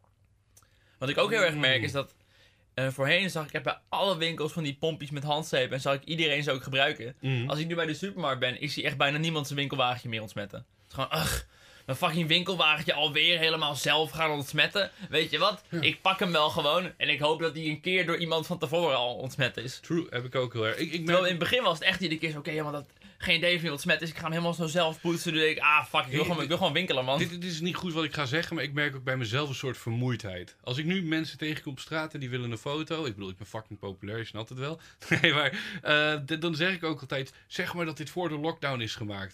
Wat ik ook heel erg merk is dat... Uh, voorheen zag ik, ik heb bij alle winkels van die pompjes met handzeep... en zag ik iedereen ze ook gebruiken. Mm. Als ik nu bij de supermarkt ben, ik zie echt bijna niemand zijn winkelwagentje meer ontsmetten. Het is gewoon, ugh, mijn fucking winkelwagentje alweer helemaal zelf gaan ontsmetten. Weet je wat? Ja. Ik pak hem wel gewoon en ik hoop dat hij een keer door iemand van tevoren al ontsmet is. True, heb ik ook heel erg. Ik, ik Terwijl in het begin was het echt iedere keer zo, oké, okay, ja, maar dat... geen idee of je ontsmet is. Ik ga hem helemaal zo zelf poetsen. Dus ik, ah, fuck, ik wil, gewoon, ik wil gewoon winkelen, man. Dit, dit is niet goed wat ik ga zeggen, maar ik merk ook bij mezelf een soort vermoeidheid. Als ik nu mensen tegenkom op straat en die willen een foto. Ik bedoel, ik ben fucking populair, je snapt het wel. Nee, maar uh, d- dan zeg ik ook altijd, zeg maar dat dit voor de lockdown is gemaakt.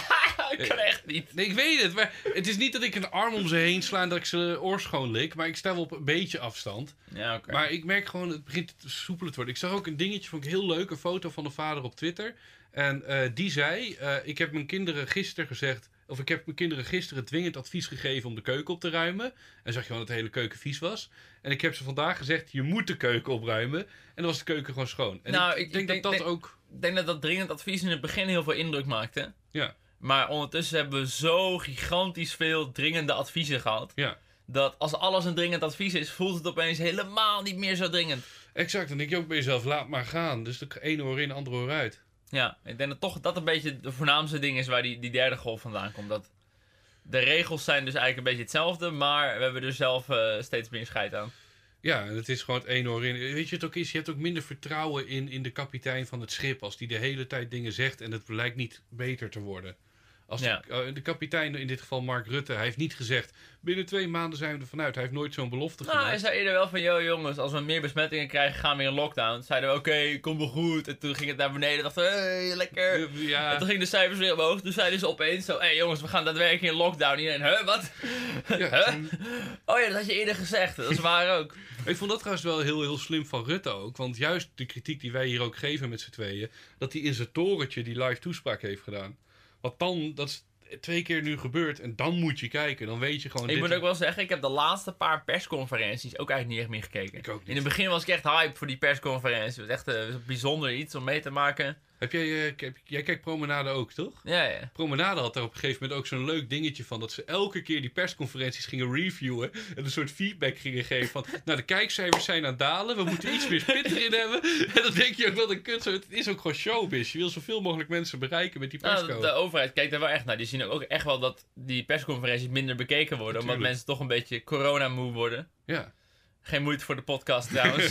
Ik kan echt niet. Nee, ik weet het. Maar het is niet dat ik een arm om ze heen sla en dat ik ze oor schoon lik. Maar ik sta wel op een beetje afstand. Ja, okay. Maar ik merk gewoon, het begint te soepeler te worden. Ik zag ook een dingetje, vond ik heel leuk. Een foto van de vader op Twitter. En uh, die zei, uh, ik heb mijn kinderen gisteren gezegd... Of ik heb mijn kinderen gisteren dwingend advies gegeven om de keuken op te ruimen. En zag je gewoon dat de hele keuken vies was. En ik heb ze vandaag gezegd, je moet de keuken opruimen. En dan was de keuken gewoon schoon. En nou, ik, ik, denk, ik denk dat dat denk, ook... Ik denk dat dat dringend advies in het begin heel veel indruk maakte. Ja. Maar ondertussen hebben we zo gigantisch veel dringende adviezen gehad. Ja. Dat als alles een dringend advies is, voelt het opeens helemaal niet meer zo dringend. Exact, dan denk je ook bij jezelf, laat maar gaan. Dus de ene oor in, de andere oor uit. Ja, ik denk dat toch dat een beetje de voornaamste ding is waar die, die derde golf vandaan komt. Dat de regels zijn dus eigenlijk een beetje hetzelfde, maar we hebben er zelf uh, steeds meer scheid aan. Ja, het is gewoon het één oor in. Weet je het ook is? Je hebt ook minder vertrouwen in, in de kapitein van het schip. Als die de hele tijd dingen zegt en het lijkt niet beter te worden. Als ja. de, uh, de kapitein, in dit geval Mark Rutte, hij heeft niet gezegd... binnen twee maanden zijn we er vanuit. Hij heeft nooit zo'n belofte nou, gemaakt. Hij zei eerder wel van... yo jongens, als we meer besmettingen krijgen, gaan we in lockdown. Toen zeiden we, oké, okay, komt wel goed. En toen ging het naar beneden. Dachten we, hé, hey, lekker. Ja. En toen gingen de cijfers weer omhoog. Toen zeiden ze opeens zo... hé hey, jongens, we gaan daadwerkelijk in lockdown. Iedereen, huh, wat? Ja, huh? en... Oh ja, dat had je eerder gezegd. Dat is waar ook. Ik vond dat trouwens wel heel, heel slim van Rutte ook. Want juist de kritiek die wij hier ook geven met z'n tweeën... dat hij in zijn torentje die live toespraak heeft gedaan. Want dan... dat is twee keer nu gebeurd en dan moet je kijken. Dan weet je gewoon... Ik dit moet ook wel zeggen, ik heb de laatste paar persconferenties ook eigenlijk niet echt meer gekeken. Ik ook niet. In het begin was ik echt hype voor die persconferenties. Het was echt uh, bijzonder iets om mee te maken. Heb jij, uh, heb, jij kijkt Promenade ook, toch? Ja, ja. Promenade had daar op een gegeven moment ook zo'n leuk dingetje van... dat ze elke keer die persconferenties gingen reviewen... en een soort feedback gingen geven van... nou, de kijkcijfers zijn aan het dalen, we moeten iets meer spit erin hebben. En dan denk je ook wel een kut. Het is ook gewoon showbiz. Je wil zoveel mogelijk mensen bereiken met die persco. Nou, de overheid kijkt er wel echt naar. Die zien ook echt wel dat die persconferenties minder bekeken worden. Natuurlijk. Omdat mensen toch een beetje corona-moe worden. Ja. Geen moeite voor de podcast trouwens.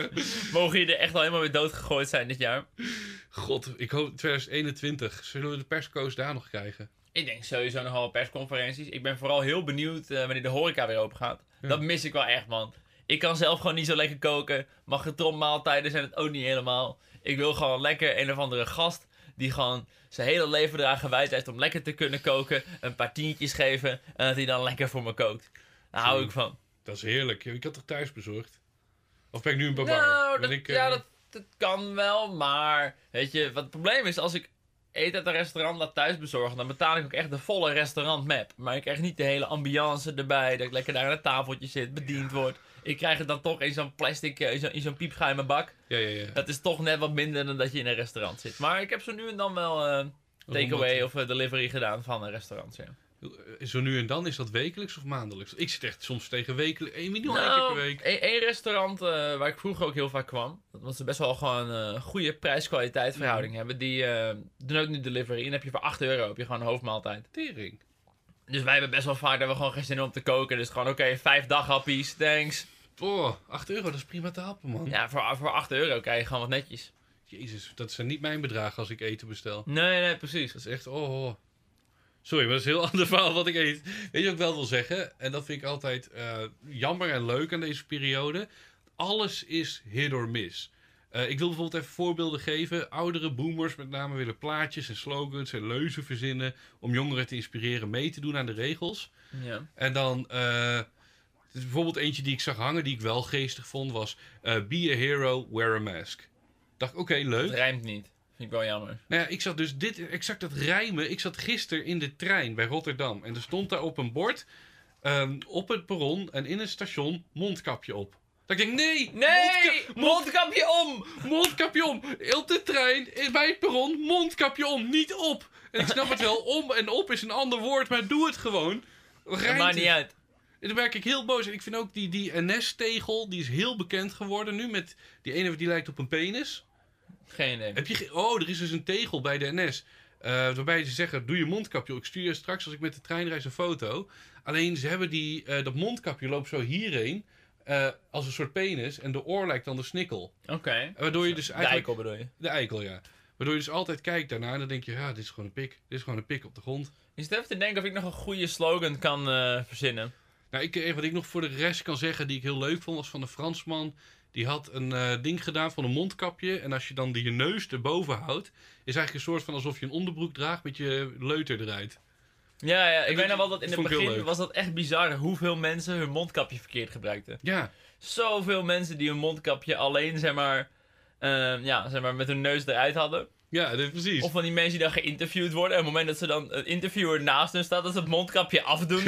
Mogen jullie er echt al helemaal weer doodgegooid zijn dit jaar? God, ik hoop twintig eenentwintig. Zullen we de persco's daar nog krijgen? Ik denk sowieso nog wel persconferenties. Ik ben vooral heel benieuwd uh, wanneer de horeca weer open gaat. Ja. Dat mis ik wel echt, man. Ik kan zelf gewoon niet zo lekker koken. Magnetronmaaltijden zijn het ook niet helemaal. Ik wil gewoon lekker een of andere gast die gewoon zijn hele leven eraan gewijd heeft om lekker te kunnen koken. Een paar tientjes geven en dat hij dan lekker voor me kookt. Daar hou ik van. Dat is heerlijk. Ik had toch thuis bezorgd? Of ben ik nu een barbar? Nou, Ben dat, ik, uh... ja, dat, dat kan wel, maar weet je, wat het probleem is, als ik eten uit een restaurant laat thuis bezorgen, dan betaal ik ook echt de volle restaurantmap. Maar ik krijg niet de hele ambiance erbij, dat ik lekker daar aan het tafeltje zit, bediend word. Ik krijg het dan toch in zo'n plastic, in zo'n, in zo'n piepschuime bak. Ja, ja, ja. Dat is toch net wat minder dan dat je in een restaurant zit. Maar ik heb zo nu en dan wel uh, takeaway of uh, delivery gedaan van een restaurant, ja. Zo nu en dan, is dat wekelijks of maandelijks? Ik zit echt soms tegen wekelijks, één miljoen Nou, keer per week. Één één restaurant uh, waar ik vroeger ook heel vaak kwam, dat ze best wel gewoon een uh, goede prijs-kwaliteit verhouding Mm. hebben. Die uh, doen ook nu delivery en dan heb je voor acht euro heb je gewoon een hoofdmaaltijd. Tering. Dus wij hebben best wel vaak dat we gewoon geen zin hebben om te koken. Dus gewoon oké, okay, vijf daghappies, thanks. Oh, acht euro, dat is prima te happen, man. Ja, voor, voor acht euro krijg je gewoon wat netjes. Jezus, dat zijn niet mijn bedragen als ik eten bestel. Nee, nee, precies. Dat is echt, oh, oh. Sorry, maar dat is een heel ander verhaal wat ik eet. Weet je wat ik wel wil zeggen? En dat vind ik altijd uh, jammer en leuk aan deze periode. Alles is hit or miss. Uh, ik wil bijvoorbeeld even voorbeelden geven. Oudere boomers met name willen plaatjes en slogans en leuzen verzinnen om jongeren te inspireren mee te doen aan de regels. Ja. En dan, uh, dus bijvoorbeeld eentje die ik zag hangen, die ik wel geestig vond, was uh, be a hero, wear a mask. Dacht ik, oké, okay, leuk. Het rijmt niet. Vind ik wel jammer. Nou ja, ik zat dus dit, exact dat rijmen. Ik zat gisteren in de trein bij Rotterdam. En er stond daar op een bord, um, op het perron en in het station, mondkapje op. Dat ik denk, nee! Nee! Mondka- Mondkapje om! Mondkapje om! Op de trein, bij het perron, mondkapje om, niet op! En ik snap het wel, om en op is een ander woord, maar doe het gewoon. Dat maakt niet uit. En dan werd ik heel boos. En ik vind ook die, die N S-tegel, die is heel bekend geworden nu. Met die ene die lijkt op een penis. Geen idee. Heb je ge- oh, er is dus een tegel bij de N S. Uh, waarbij ze zeggen, doe je mondkapje op. Ik stuur je straks als ik met de trein reis een foto. Alleen ze hebben die, uh, dat mondkapje loopt zo hierheen. Uh, als een soort penis. En de oor lijkt dan de snikkel. Oké. Okay. Waardoor je dus De eigenlijk... eikel bedoel je? De eikel, ja. Waardoor je dus altijd kijkt daarna. En dan denk je, ja, dit is gewoon een pik. Dit is gewoon een pik op de grond. Ik zit even te denken of ik nog een goede slogan kan uh, verzinnen. Nou, ik, wat ik nog voor de rest kan zeggen die ik heel leuk vond, was van een Fransman. Die had een uh, ding gedaan van een mondkapje. En als je dan die je neus erboven houdt, is eigenlijk een soort van alsof je een onderbroek draagt met je leuter eruit. Ja, ja, ik dat, weet nog wel dat in het begin leuk. was dat echt bizar hoeveel mensen hun mondkapje verkeerd gebruikten. Ja. Zoveel mensen die hun mondkapje alleen, zeg maar, uh, ja, zeg maar met hun neus eruit hadden. Ja, dat is precies. Of van die mensen die dan geïnterviewd worden. En op het moment dat ze dan een interviewer naast hun staat, dat ze het mondkapje afdoen.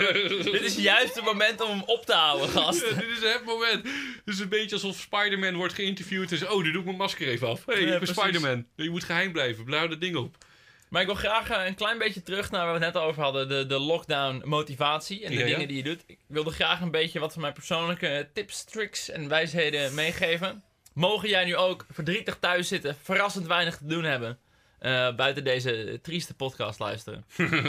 Dit is juist het moment om hem op te houden, gast. Ja, dit is het moment. Het is een beetje alsof Spider-Man wordt geïnterviewd en zegt, oh, nu doe ik mijn masker even af. Hé, hey, ja, ik ben Spider-Man. Je moet geheim blijven. Blauw dat ding op. Maar ik wil graag uh, een klein beetje terug naar waar we het net over hadden. De, de lockdown motivatie en de ja, dingen ja. die je doet. Ik wilde graag een beetje wat van mijn persoonlijke tips, tricks en wijsheden meegeven. Mogen jij nu ook verdrietig thuis zitten, verrassend weinig te doen hebben, uh, buiten deze trieste podcast luisteren.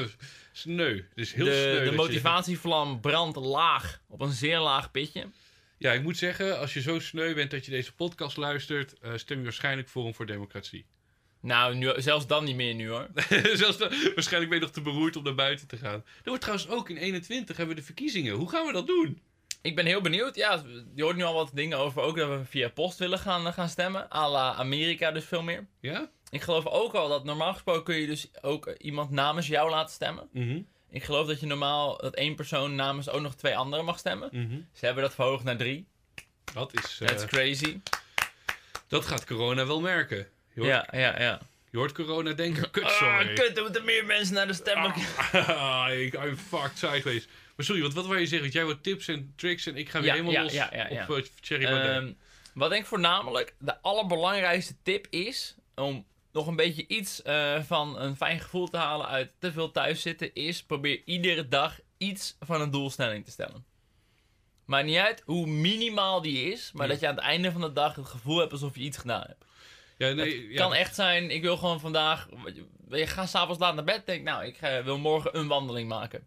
Sneu. Het is heel de, sneu. De motivatievlam brandt laag, op een zeer laag pitje. Ja, ik moet zeggen, als je zo sneu bent dat je deze podcast luistert, uh, stem je waarschijnlijk Forum voor Democratie. Nou, nu, zelfs dan niet meer nu hoor. zelfs dan, waarschijnlijk ben je nog te beroerd om naar buiten te gaan. Er wordt trouwens ook in eenentwintig hebben we de verkiezingen. Hoe gaan we dat doen? Ik ben heel benieuwd. Ja, je hoort nu al wat dingen over ook dat we via post willen gaan, gaan stemmen. À la Amerika dus veel meer. Ja? Ik geloof ook al dat normaal gesproken kun je dus ook iemand namens jou laten stemmen. Mm-hmm. Ik geloof dat je normaal dat één persoon namens ook nog twee anderen mag stemmen. Mm-hmm. Ze hebben dat verhoogd naar drie. Dat is... Uh, That's crazy. Dat gaat corona wel merken. Ja, ja, ja. Je hoort corona denken, kut, Ah, sorry. kut, er moeten meer mensen naar de stemmen. Ah, ik, I'm fucked sideways. Maar sorry, wat, wat wil je zeggen? Want jij wil tips en tricks en ik ga weer Ja, helemaal ja, los ja, ja, ja. op uh, Thierry Baudet. Ehm, wat ik voornamelijk de allerbelangrijkste tip is, om nog een beetje iets uh, van een fijn gevoel te halen uit te veel thuiszitten, is probeer iedere dag iets van een doelstelling te stellen. Maakt niet uit hoe minimaal die is, maar Ja. dat je aan het einde van de dag het gevoel hebt alsof je iets gedaan hebt. ja, nee, Het ja, kan echt zijn, ik wil gewoon vandaag, je gaat s'avonds laat naar bed, denk nou, ik ga, wil morgen een wandeling maken.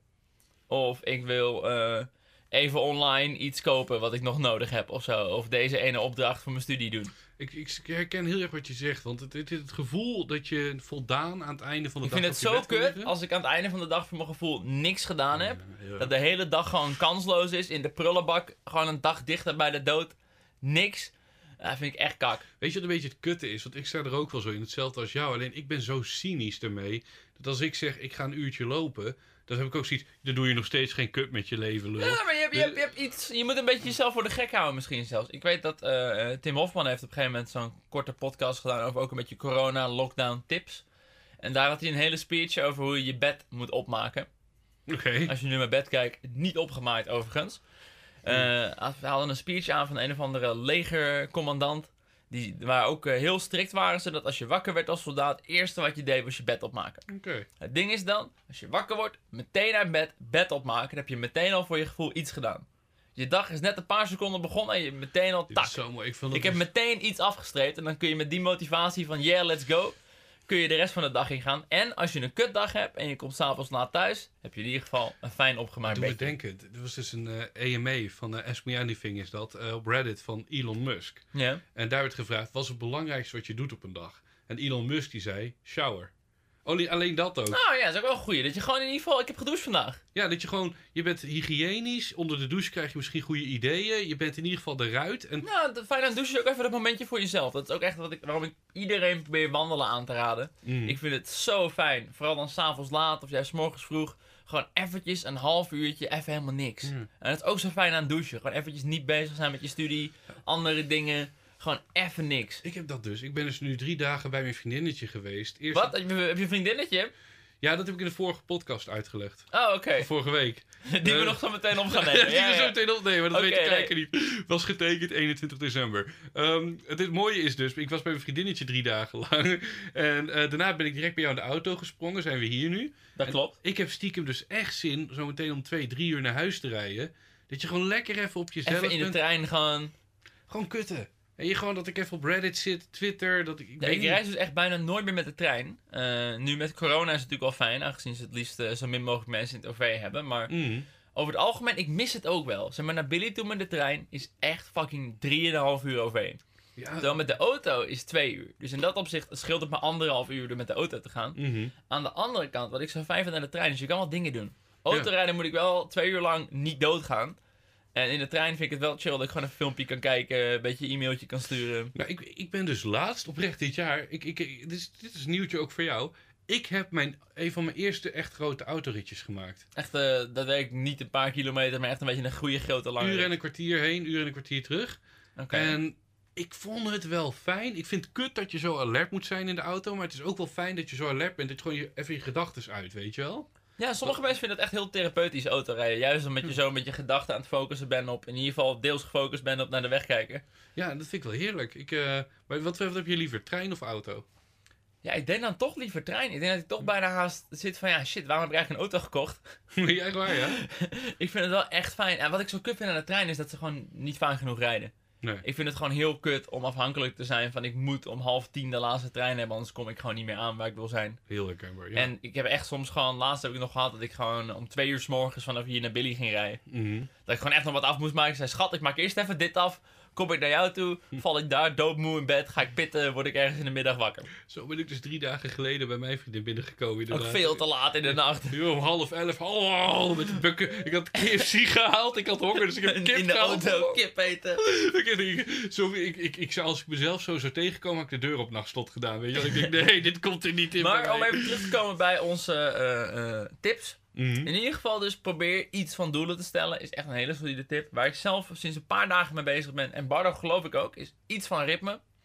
Of ik wil uh, even online iets kopen wat ik nog nodig heb of zo. Of deze ene opdracht voor mijn studie doen. Ik, ik herken heel erg wat je zegt, want het, het, het gevoel dat je voldaan aan het einde van de Ik dag vind het op je zo bed kan kut liggen. als ik aan het einde van de dag voor mijn gevoel niks gedaan heb. Ja. Dat de hele dag gewoon kansloos is, in de prullenbak, gewoon een dag dichter bij de dood. Niks. Dat vind ik echt kak. Weet je wat een beetje het kutte is? Want ik sta er ook wel zo in, hetzelfde als jou. Alleen ik ben zo cynisch ermee, dat als ik zeg ik ga een uurtje lopen, dan heb ik ook zoiets, dan doe je nog steeds geen kut met je leven, lul. Ja, maar je, hebt, je, hebt, je, hebt iets, je moet een beetje jezelf voor de gek houden misschien zelfs. Ik weet dat uh, Tim Hofman heeft op een gegeven moment zo'n korte podcast gedaan over ook een beetje corona, lockdown tips. En daar had hij een hele speech over hoe je je bed moet opmaken. Oké. Als je nu naar bed kijkt, niet opgemaaid overigens. Uh, we hadden een speech aan van een of andere legercommandant. Die, waar ook uh, heel strikt waren ze dat als je wakker werd als soldaat, het eerste wat je deed was je bed opmaken. Oké. Het ding is dan, als je wakker wordt, meteen uit bed, bed opmaken. Dan heb je meteen al voor je gevoel iets gedaan. Je dag is net een paar seconden begonnen en je hebt meteen al Dit tak. is zo mooi. Ik, vond dat Ik heb dus- meteen iets afgestreept en dan kun je met die motivatie van yeah, let's go, kun je de rest van de dag ingaan. En als je een kutdag hebt en je komt s'avonds laat thuis, heb je in ieder geval een fijn opgemaakt Doe me bedje. denken, er was dus een uh, A M A van uh, Ask Me Anything is dat, uh, op Reddit van Elon Musk. Ja. En daar werd gevraagd, wat is het belangrijkste wat je doet op een dag? En Elon Musk die zei, shower. Alleen, alleen dat ook. Nou ja, dat is ook wel een goeie. Dat je gewoon in ieder geval, ik heb gedoucht vandaag. Ja, dat je gewoon, je bent hygiënisch, onder de douche krijg je misschien goede ideeën, je bent in ieder geval eruit. En Nou, de fijn aan het douchen is ook even dat momentje voor jezelf. Dat is ook echt wat ik, waarom ik iedereen probeer wandelen aan te raden. Mm. Ik vind het zo fijn. Vooral dan s'avonds laat of juist 's morgens vroeg. Gewoon eventjes een half uurtje, even helemaal niks. Mm. En het is ook zo fijn aan het douchen. Gewoon eventjes niet bezig zijn met je studie, andere dingen. Gewoon even niks. Ik heb dat dus. Ik ben dus nu drie dagen bij mijn vriendinnetje geweest. Eerst Wat? Heb je, heb je een vriendinnetje? Ja, dat heb ik in de vorige podcast uitgelegd. Oh, oké. Vorige week. Die we Eh, nog zo meteen op gaan Ja, nemen. die Ja, we zo ja. meteen opnemen, dat Oké, weet de nee. kijker niet. Was getekend eenentwintig december. Ehm, het, het mooie is dus, ik was bij mijn vriendinnetje drie dagen lang. En eh, daarna ben ik direct bij jou in de auto gesprongen. Zijn we hier nu. Dat En klopt. Ik heb stiekem dus echt zin, zo meteen om twee, drie uur naar huis te rijden. Dat je gewoon lekker even op jezelf Even in de bent. trein gewoon. Gewoon kutten. En je gewoon dat ik even op Reddit zit, Twitter, dat ik... ik Ja, weet ik niet. reis dus echt bijna nooit meer met de trein. Eh, nu met corona is het natuurlijk wel fijn, aangezien ze het liefst eh, zo min mogelijk mensen in het O V hebben. Maar Mm. over het algemeen, ik mis het ook wel. Zeg maar, naar Billy toe met de trein is echt fucking drieënhalf uur O V. Ja. Terwijl met de auto is twee uur. Dus in dat opzicht scheelt het maar anderhalf uur door met de auto te gaan. Mhm. Aan de andere kant, wat ik zo fijn vind aan de trein, is je kan wel dingen doen. Autorijden moet ik wel twee uur lang niet doodgaan. En in de trein vind ik het wel chill dat ik gewoon een filmpje kan kijken, een beetje e-mailtje kan sturen. Nou, ik, ik ben dus laatst, oprecht dit jaar, ik, ik, ik- dit, is, dit is een nieuwtje ook voor jou. Ik heb mijn, een van mijn eerste echt grote autoritjes gemaakt. Echt, eh, dat weet ik niet een paar kilometer, maar echt een beetje een goede grote lange Uur en rit. een kwartier heen, uur en een kwartier terug. Oké. En ik vond het wel fijn. Ik vind het kut dat je zo alert moet zijn in de auto. Maar het is ook wel fijn dat je zo alert bent. Dat je gewoon je, even je gedachten uit, weet je wel? Ja, sommige mensen vinden het echt heel therapeutisch autorijden. Juist omdat je zo met je gedachten aan het focussen bent op, in ieder geval deels gefocust bent op naar de weg kijken. Ja, dat vind ik wel heerlijk. Ik, eh, maar wat, wat heb je liever, trein of auto? Ja, ik denk dan toch liever trein. Ik denk dat ik toch bijna haast zit van, ja shit, waarom heb ik eigenlijk een auto gekocht? ja, echt waar, ja? Ik vind het wel echt fijn. En wat ik zo kut vind aan de trein is dat ze gewoon niet vaak genoeg rijden. Nee. Ik vind het gewoon heel kut om afhankelijk te zijn van, ik moet om half tien de laatste trein hebben, anders kom ik gewoon niet meer aan waar ik wil zijn. Heel herkenbaar, ja. En ik heb echt soms gewoon, laatst heb ik nog gehad dat ik gewoon om twee uur 's morgens vanaf hier naar Billy ging rijden. Mhm. Dat ik gewoon echt nog wat af moest maken. Ik zei, schat, ik maak eerst even dit af. Kom ik naar jou toe, val ik daar doodmoe in bed, ga ik pitten, word ik ergens in de middag wakker. Zo ben ik dus drie dagen geleden bij mijn vriendin binnengekomen. Ook inderdaad. veel te laat in de nacht. Ja, om half elf, hallo, met de bukken. Ik had K F C gehaald, ik had honger, dus ik heb kip In de gehaald. auto, kip eten. Ik, ik, zo, ik, ik, ik zou als ik mezelf zo zou tegenkomen, had ik de deur op nachtslot gedaan. Weet je wel? Ik denk, nee, dit komt er niet in. bij Maar om mij. even terug te komen bij onze eh, eh, tips. Mhm. In ieder geval dus probeer iets van doelen te stellen. Is echt een hele solide tip. Waar ik zelf sinds een paar dagen mee bezig ben. En Bardo geloof ik ook. Is iets van ritme.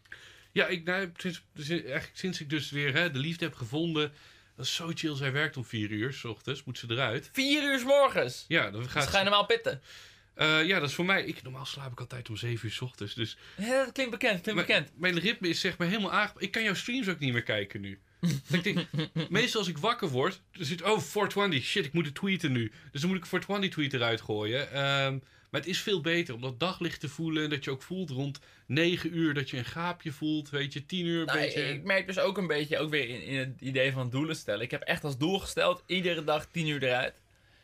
Ja, ik, nou, sinds, eigenlijk sinds ik dus weer hè, de liefde heb gevonden... Dat is zo chill. Zij werkt om vier uur, 's ochtends. Moet ze eruit. Vier uur 's morgens? Ja, dan gaat Dus ga je normaal pitten? Uh, ja, dat is voor mij... Ik, normaal slaap ik altijd om zeven uur 's ochtends. Dus... Ja, dat klinkt bekend, klinkt mijn, bekend. Mijn ritme is zeg maar helemaal aangepast. Ik kan jouw streams ook niet meer kijken nu. ik denk, meestal als ik wakker word... Dan zit oh, four twenty. Shit, ik moet het tweeten nu. Dus dan moet ik een four twenty tweet eruit gooien. Um, maar het is veel beter om dat daglicht te voelen. En dat je ook voelt rond negen uur dat je een gaapje voelt. Weet je, tien uur een nou, beetje... Ik merk dus ook een beetje, ook weer in, in het idee van doelen stellen. Ik heb echt als doel gesteld, iedere dag tien uur eruit.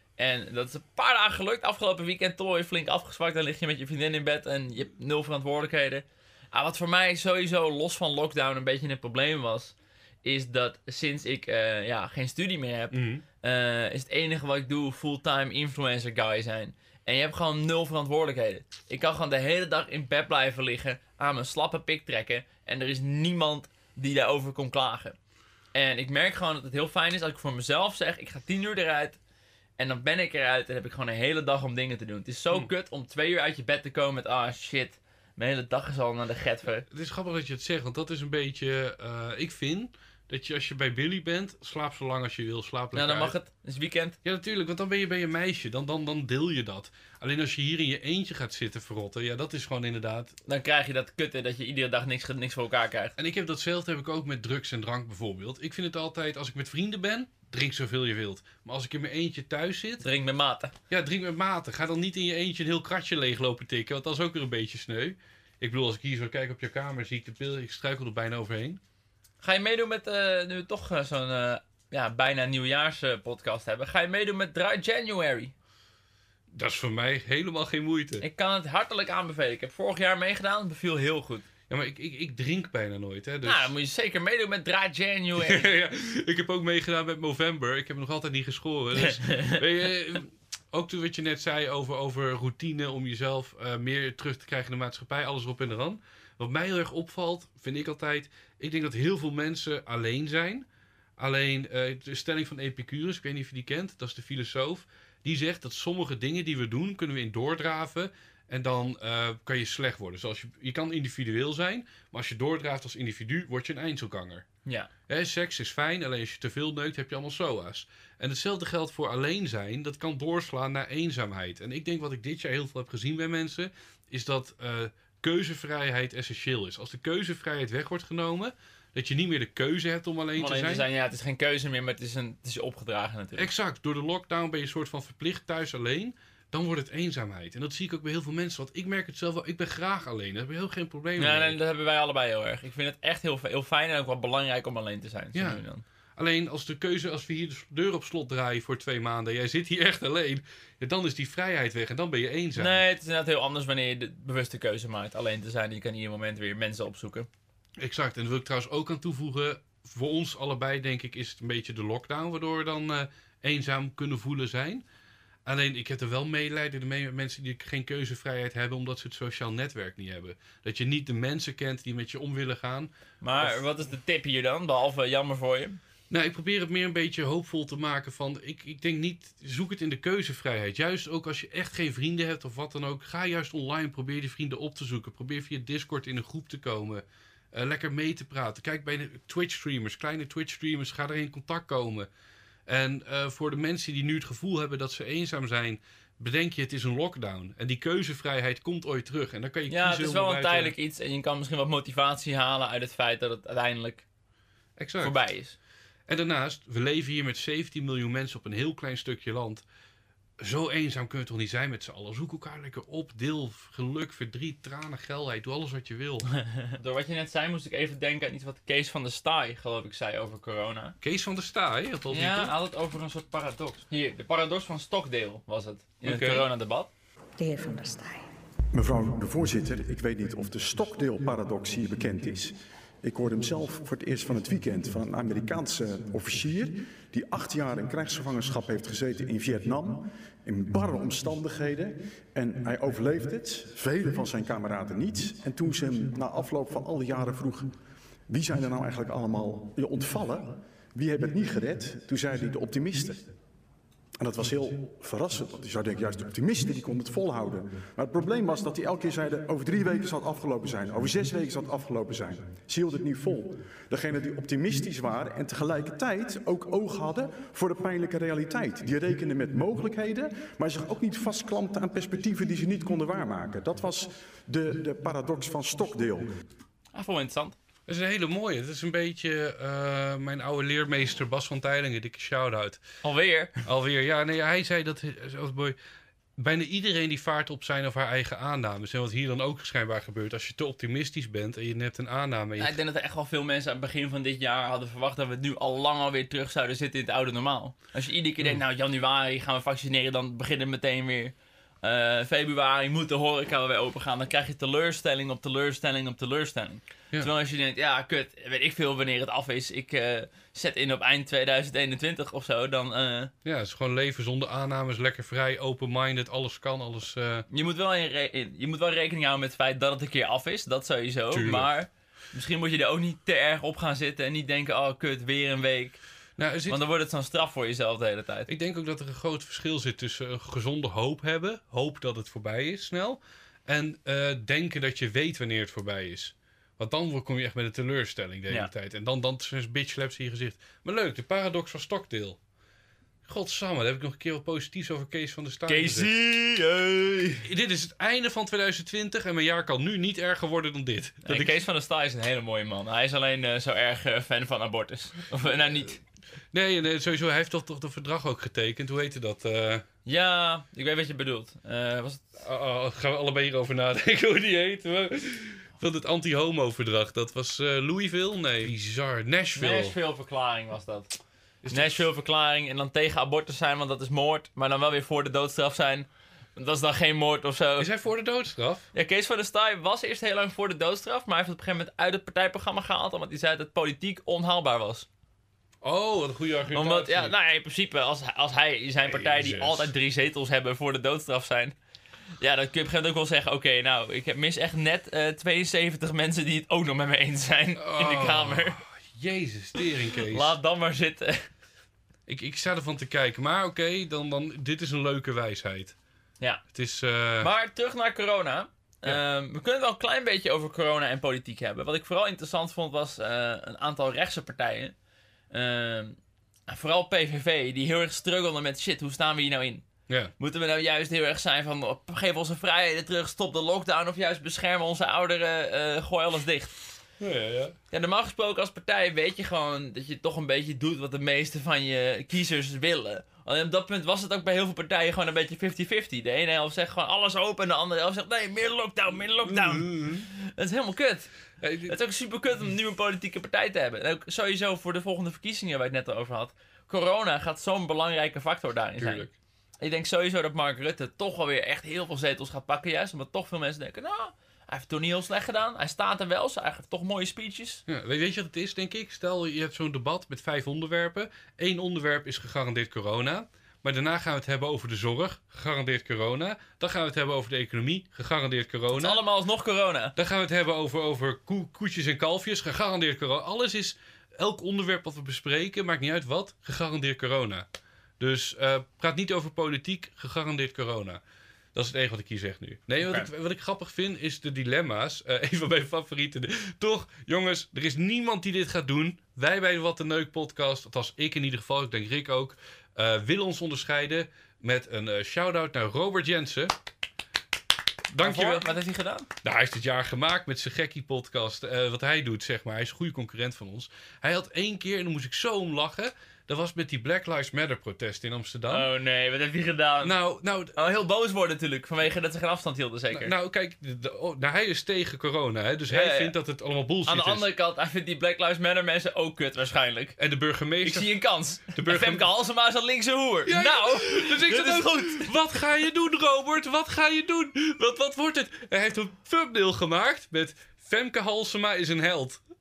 En dat is een paar dagen gelukt. Afgelopen weekend toch je flink afgezwakt. Dan lig je met je vriendin in bed en je hebt nul verantwoordelijkheden. Ah, wat voor mij sowieso los van lockdown een beetje een probleem was... is dat sinds ik uh, ja, geen studie meer heb... Mm-hmm. uh, is het enige wat ik doe fulltime influencer guy zijn. En je hebt gewoon nul verantwoordelijkheden. Ik kan gewoon de hele dag in bed blijven liggen... aan mijn slappe pik trekken... en er is niemand die daarover kon klagen. En ik merk gewoon dat het heel fijn is als ik voor mezelf zeg... ik ga tien uur eruit... en dan ben ik eruit en heb ik gewoon een hele dag om dingen te doen. Het is zo Hmm. kut om twee uur uit je bed te komen met... ah shit, mijn hele dag is al naar de getver. Het is grappig dat je het zegt, want dat is een beetje... Uh, ik vind dat je als je bij Billy bent... slaap zo lang als je wil, slaap lekker Nou, dan mag uit. het. Het is weekend. Ja, natuurlijk, want dan ben je bij je meisje. Dan, dan, dan deel je dat. Alleen als je hier in je eentje gaat zitten verrotten... ja, dat is gewoon inderdaad... Dan krijg je dat kutte dat je iedere dag niks, niks voor elkaar krijgt. En ik heb datzelfde heb ik ook met drugs en drank bijvoorbeeld. Ik vind het altijd, als ik met vrienden ben... drink zoveel je wilt. Maar als ik in mijn eentje thuis zit... Drink met mate. Ja, drink met mate. Ga dan niet in je eentje een heel kratje leeglopen tikken... want dat is ook weer een beetje sneu. Ik bedoel, als ik hier zo kijk op je kamer... zie ik de pil, ik struikel er bijna overheen. Ga je meedoen met, uh, nu we toch uh, zo'n uh, ja, bijna nieuwjaars uh, podcast hebben... ga je meedoen met Dry January? Dat is voor mij helemaal geen moeite. Ik kan het hartelijk aanbevelen. Ik heb vorig jaar meegedaan, het beviel heel goed. Ja, maar ik, ik, ik drink bijna nooit, hè. Dus... Nou, dan moet je zeker meedoen met Dry January. ja, ik heb ook meegedaan met Movember. Ik heb nog altijd niet geschoren. Dus, weet je, ook toen wat je net zei over, over routine... om jezelf uh, meer terug te krijgen in de maatschappij. Alles erop en eraan. Wat mij heel erg opvalt, vind ik altijd... ik denk dat heel veel mensen alleen zijn. Alleen uh, de stelling van Epicurus, ik weet niet of je die kent... dat is de filosoof. Die zegt dat sommige dingen die we doen... kunnen we in doordraven... En dan uh, kan je slecht worden. Zoals je, je kan individueel zijn, maar als je doordraaft als individu, word je een eindselganger. Ja. Hè, seks is fijn, alleen als je te veel neukt, heb je allemaal S O A's. En hetzelfde geldt voor alleen zijn, dat kan doorslaan naar eenzaamheid. En ik denk wat ik dit jaar heel veel heb gezien bij mensen, is dat uh, keuzevrijheid essentieel is. Als de keuzevrijheid weg wordt genomen, dat je niet meer de keuze hebt om alleen, om alleen te zijn. te zijn. Ja, het is geen keuze meer, maar het is, een, het is je opgedragen natuurlijk. Exact. Door de lockdown ben je een soort van verplicht thuis alleen. Dan wordt het eenzaamheid. En dat zie ik ook bij heel veel mensen. Want ik merk het zelf wel. Ik ben graag alleen. Daar heb ik heel geen probleem mee. Ja, nee, dat hebben wij allebei heel erg. Ik vind het echt heel, heel fijn en ook wel belangrijk om alleen te zijn. Ja. Nu dan. Alleen als de keuze, als we hier de deur op slot draaien voor twee maanden. Jij zit hier echt alleen. Ja, dan is die vrijheid weg en dan ben je eenzaam. Nee, het is inderdaad heel anders wanneer je de bewuste keuze maakt. Alleen te zijn. Je kan ieder moment weer mensen opzoeken. Exact. En daar wil ik trouwens ook aan toevoegen. Voor ons allebei denk ik is het een beetje de lockdown. Waardoor we dan uh, eenzaam kunnen voelen zijn. Alleen, ik heb er wel medelijden mee met mensen die geen keuzevrijheid hebben... omdat ze het sociaal netwerk niet hebben. Dat je niet de mensen kent die met je om willen gaan. Maar Of... wat is de tip hier dan? Behalve jammer voor je. Nou, ik probeer het meer een beetje hoopvol te maken van... Ik, ik denk niet, zoek het in de keuzevrijheid. Juist ook als je echt geen vrienden hebt of wat dan ook... ga juist online, probeer die vrienden op te zoeken. Probeer via Discord in een groep te komen. Uh, lekker mee te praten. Kijk bij de Twitch-streamers, kleine Twitch-streamers... ga er in contact komen... En uh, voor de mensen die nu het gevoel hebben dat ze eenzaam zijn... bedenk je, het is een lockdown. En die keuzevrijheid komt ooit terug. En dan kan je Ja, kiezen het is om wel een buiten... tijdelijk iets. En je kan misschien wat motivatie halen uit het feit dat het uiteindelijk exact. voorbij is. En daarnaast, we leven hier met zeventien miljoen mensen op een heel klein stukje land. Zo eenzaam kun je toch niet zijn met z'n allen. Zoek elkaar lekker op. Deel geluk, verdriet, tranen, geilheid. Doe alles wat je wil. Door wat je net zei moest ik even denken aan iets wat Kees van der Staaij, geloof ik, zei over corona. Kees van der Staaij, had al Ja, hij had het over een soort paradox. Hier, de paradox van Stockdale was het. In Oké. het coronadebat. De heer Van der Staaij. Mevrouw de voorzitter, ik weet niet of de Stockdale-paradox hier bekend is. Ik hoorde hem zelf voor het eerst van het weekend van een Amerikaanse officier... die acht jaar in krijgsgevangenschap heeft gezeten in Vietnam... in barre omstandigheden. En hij overleefde het, velen van zijn kameraden niet. En toen ze hem na afloop van al die jaren vroegen... wie zijn er nou eigenlijk allemaal je ontvallen? Wie hebben het niet gered? Toen zei hij de optimisten. En dat was heel verrassend, want je zou denken, juist de optimisten die konden het volhouden. Maar het probleem was dat die elke keer zeiden, over drie weken zal het afgelopen zijn, over zes weken zal het afgelopen zijn. Ze hielden het niet vol. Degenen die optimistisch waren en tegelijkertijd ook oog hadden voor de pijnlijke realiteit. Die rekenden met mogelijkheden, maar zich ook niet vastklampten aan perspectieven die ze niet konden waarmaken. Dat was de, de paradox van Stockdale. Ah, vond ik interessant. Dat is een hele mooie. Het is een beetje uh, mijn oude leermeester Bas van Teylingen, dikke shout-out. Alweer? Alweer, ja. Nee, hij zei dat, zoals boy, bijna iedereen die vaart op zijn of haar eigen aannames. En wat hier dan ook schijnbaar gebeurt. Als je te optimistisch bent en je hebt een aanname. Je... Ja, ik denk dat er echt wel veel mensen aan het begin van dit jaar hadden verwacht dat we nu al lang alweer terug zouden zitten in het oude normaal. Als je iedere keer denkt, nou januari gaan we vaccineren, dan beginnen meteen weer. Uh, februari moet de horeca weer open gaan. Dan krijg je teleurstelling op teleurstelling op teleurstelling. Ja. Terwijl als je denkt, ja kut, weet ik veel wanneer het af is. Ik uh, zet in op eind tweeduizend eenentwintig of zo. Dan, uh... Ja, het is gewoon leven zonder aannames, lekker vrij, open-minded, alles kan, alles... Uh... Je, moet wel in re- in, je moet wel rekening houden met het feit dat het een keer af is. Dat sowieso. Tuurlijk. Maar misschien moet je er ook niet te erg op gaan zitten en niet denken, oh kut, weer een week. Nou, zit... Want dan wordt het zo'n straf voor jezelf de hele tijd. Ik denk ook dat er een groot verschil zit tussen een gezonde hoop hebben, hoop dat het voorbij is snel, en uh, denken dat je weet wanneer het voorbij is. Want dan kom je echt met een teleurstelling de hele ja. tijd. En dan, dan is bitch slaps in je gezicht. Maar leuk, de paradox van Stockdale. Godsamme, daar heb ik nog een keer wat positiefs over Kees van der Staaij Casey, hey. Dit is het einde van twintig twintig en mijn jaar kan nu niet erger worden dan dit. Dat nee, ik... Kees van der Staaij is een hele mooie man. Hij is alleen uh, zo erg uh, fan van abortus. Of uh, nou niet. Nee, nee, sowieso. Hij heeft toch, toch de verdrag ook getekend. Hoe heette dat? Uh... Ja, ik weet wat je bedoelt. Uh, was het... oh, oh, gaan we allebei hierover nadenken hoe die heet. Van het anti-homo-verdrag. Dat was uh, Louisville? Nee, bizar. Nashville. Nashville-verklaring was dat. Nashville-verklaring en dan tegen abortus zijn, want dat is moord. Maar dan wel weer voor de doodstraf zijn. Dat is dan geen moord of zo. Is hij voor de doodstraf? Ja, Kees van der Staaij was eerst heel lang voor de doodstraf. Maar hij heeft het op een gegeven moment uit het partijprogramma gehaald. Omdat hij zei dat het politiek onhaalbaar was. Oh, wat een goede argumentatie. Omdat, ja, nou ja, in principe, als, als hij, zijn partij die altijd drie zetels hebben voor de doodstraf zijn. Ja, dan kun je op een gegeven moment ook wel zeggen, oké, okay, nou, ik mis echt net uh, tweeënzeventig mensen die het ook nog met me eens zijn oh, in de Kamer. Jezus, teringkees. Laat dan maar zitten. Ik, ik sta ervan te kijken, maar oké, okay, dan, dan, dit is een leuke wijsheid. Ja. Het is, uh... Maar terug naar corona. Ja. Uh, we kunnen het wel een klein beetje over corona en politiek hebben. Wat ik vooral interessant vond was uh, een aantal rechtse partijen. Uh, vooral P V V, die heel erg struggelden met shit, hoe staan we hier nou in? Ja. Moeten we nou juist heel erg zijn van geef onze vrijheden terug, stop de lockdown, of juist beschermen onze ouderen, uh, gooi alles dicht? Ja, ja, ja. Ja, normaal gesproken als partij weet je gewoon dat je toch een beetje doet wat de meeste van je kiezers willen. Alleen op dat punt was het ook bij heel veel partijen gewoon een beetje vijftig vijftig. De ene helft zegt gewoon alles open en de andere helft zegt nee, meer lockdown, meer lockdown. Mm-hmm. Dat is helemaal kut. Ja, dit... Het is ook super kut om nu een politieke partij te hebben. En ook sowieso voor de volgende verkiezingen waar je het net over had. Corona gaat zo'n belangrijke factor daarin zijn. Tuurlijk. Ik denk sowieso dat Mark Rutte toch wel weer echt heel veel zetels gaat pakken juist. Omdat toch veel mensen denken, nou, hij heeft het toch niet heel slecht gedaan. Hij staat er wel, ze eigenlijk toch mooie speeches. Ja, weet je wat het is, denk ik? Stel, je hebt zo'n debat met vijf onderwerpen. Eén onderwerp is gegarandeerd corona. Maar daarna gaan we het hebben over de zorg, gegarandeerd corona. Dan gaan we het hebben over de economie, gegarandeerd corona. Het is allemaal alsnog corona. Dan gaan we het hebben over, over koe, koetjes en kalfjes, gegarandeerd corona. Alles is, elk onderwerp wat we bespreken, maakt niet uit wat, gegarandeerd corona. Dus uh, praat niet over politiek, gegarandeerd corona. Dat is het enige wat ik hier zeg nu. Nee, wat, okay. ik, wat ik grappig vind is de dilemma's. Uh, een van mijn favorieten. Toch, jongens, er is niemand die dit gaat doen. Wij bij de Wat de Neuk podcast, althans ik in ieder geval, ik denk Rick ook, uh, willen ons onderscheiden met een uh, shout-out naar Robert Jensen. Dankjewel. Wat heeft hij gedaan? Nou, hij heeft dit jaar gemaakt met zijn gekkie podcast. Uh, wat hij doet, zeg maar. Hij is een goede concurrent van ons. Hij had één keer, en daar moest ik zo om lachen. Dat was met die Black Lives Matter protest in Amsterdam. Oh nee, wat heb je gedaan? Nou, nou... Oh, heel boos worden natuurlijk, vanwege dat ze geen afstand hielden zeker. Nou, nou kijk, de, de, oh, nou, hij is tegen corona, hè, dus ja, hij ja, vindt dat het allemaal bullshit is. Aan de andere kant, hij vindt die Black Lives Matter mensen ook kut waarschijnlijk. En de burgemeester... Ik zie een kans. De burgem... Femke Halsema is een linkse hoer. Ja, nou, dus ik dat is ook, goed. Wat ga je doen, Robert? Wat ga je doen? Wat, wat wordt het? Hij heeft een thumbnail gemaakt met Femke Halsema is een held.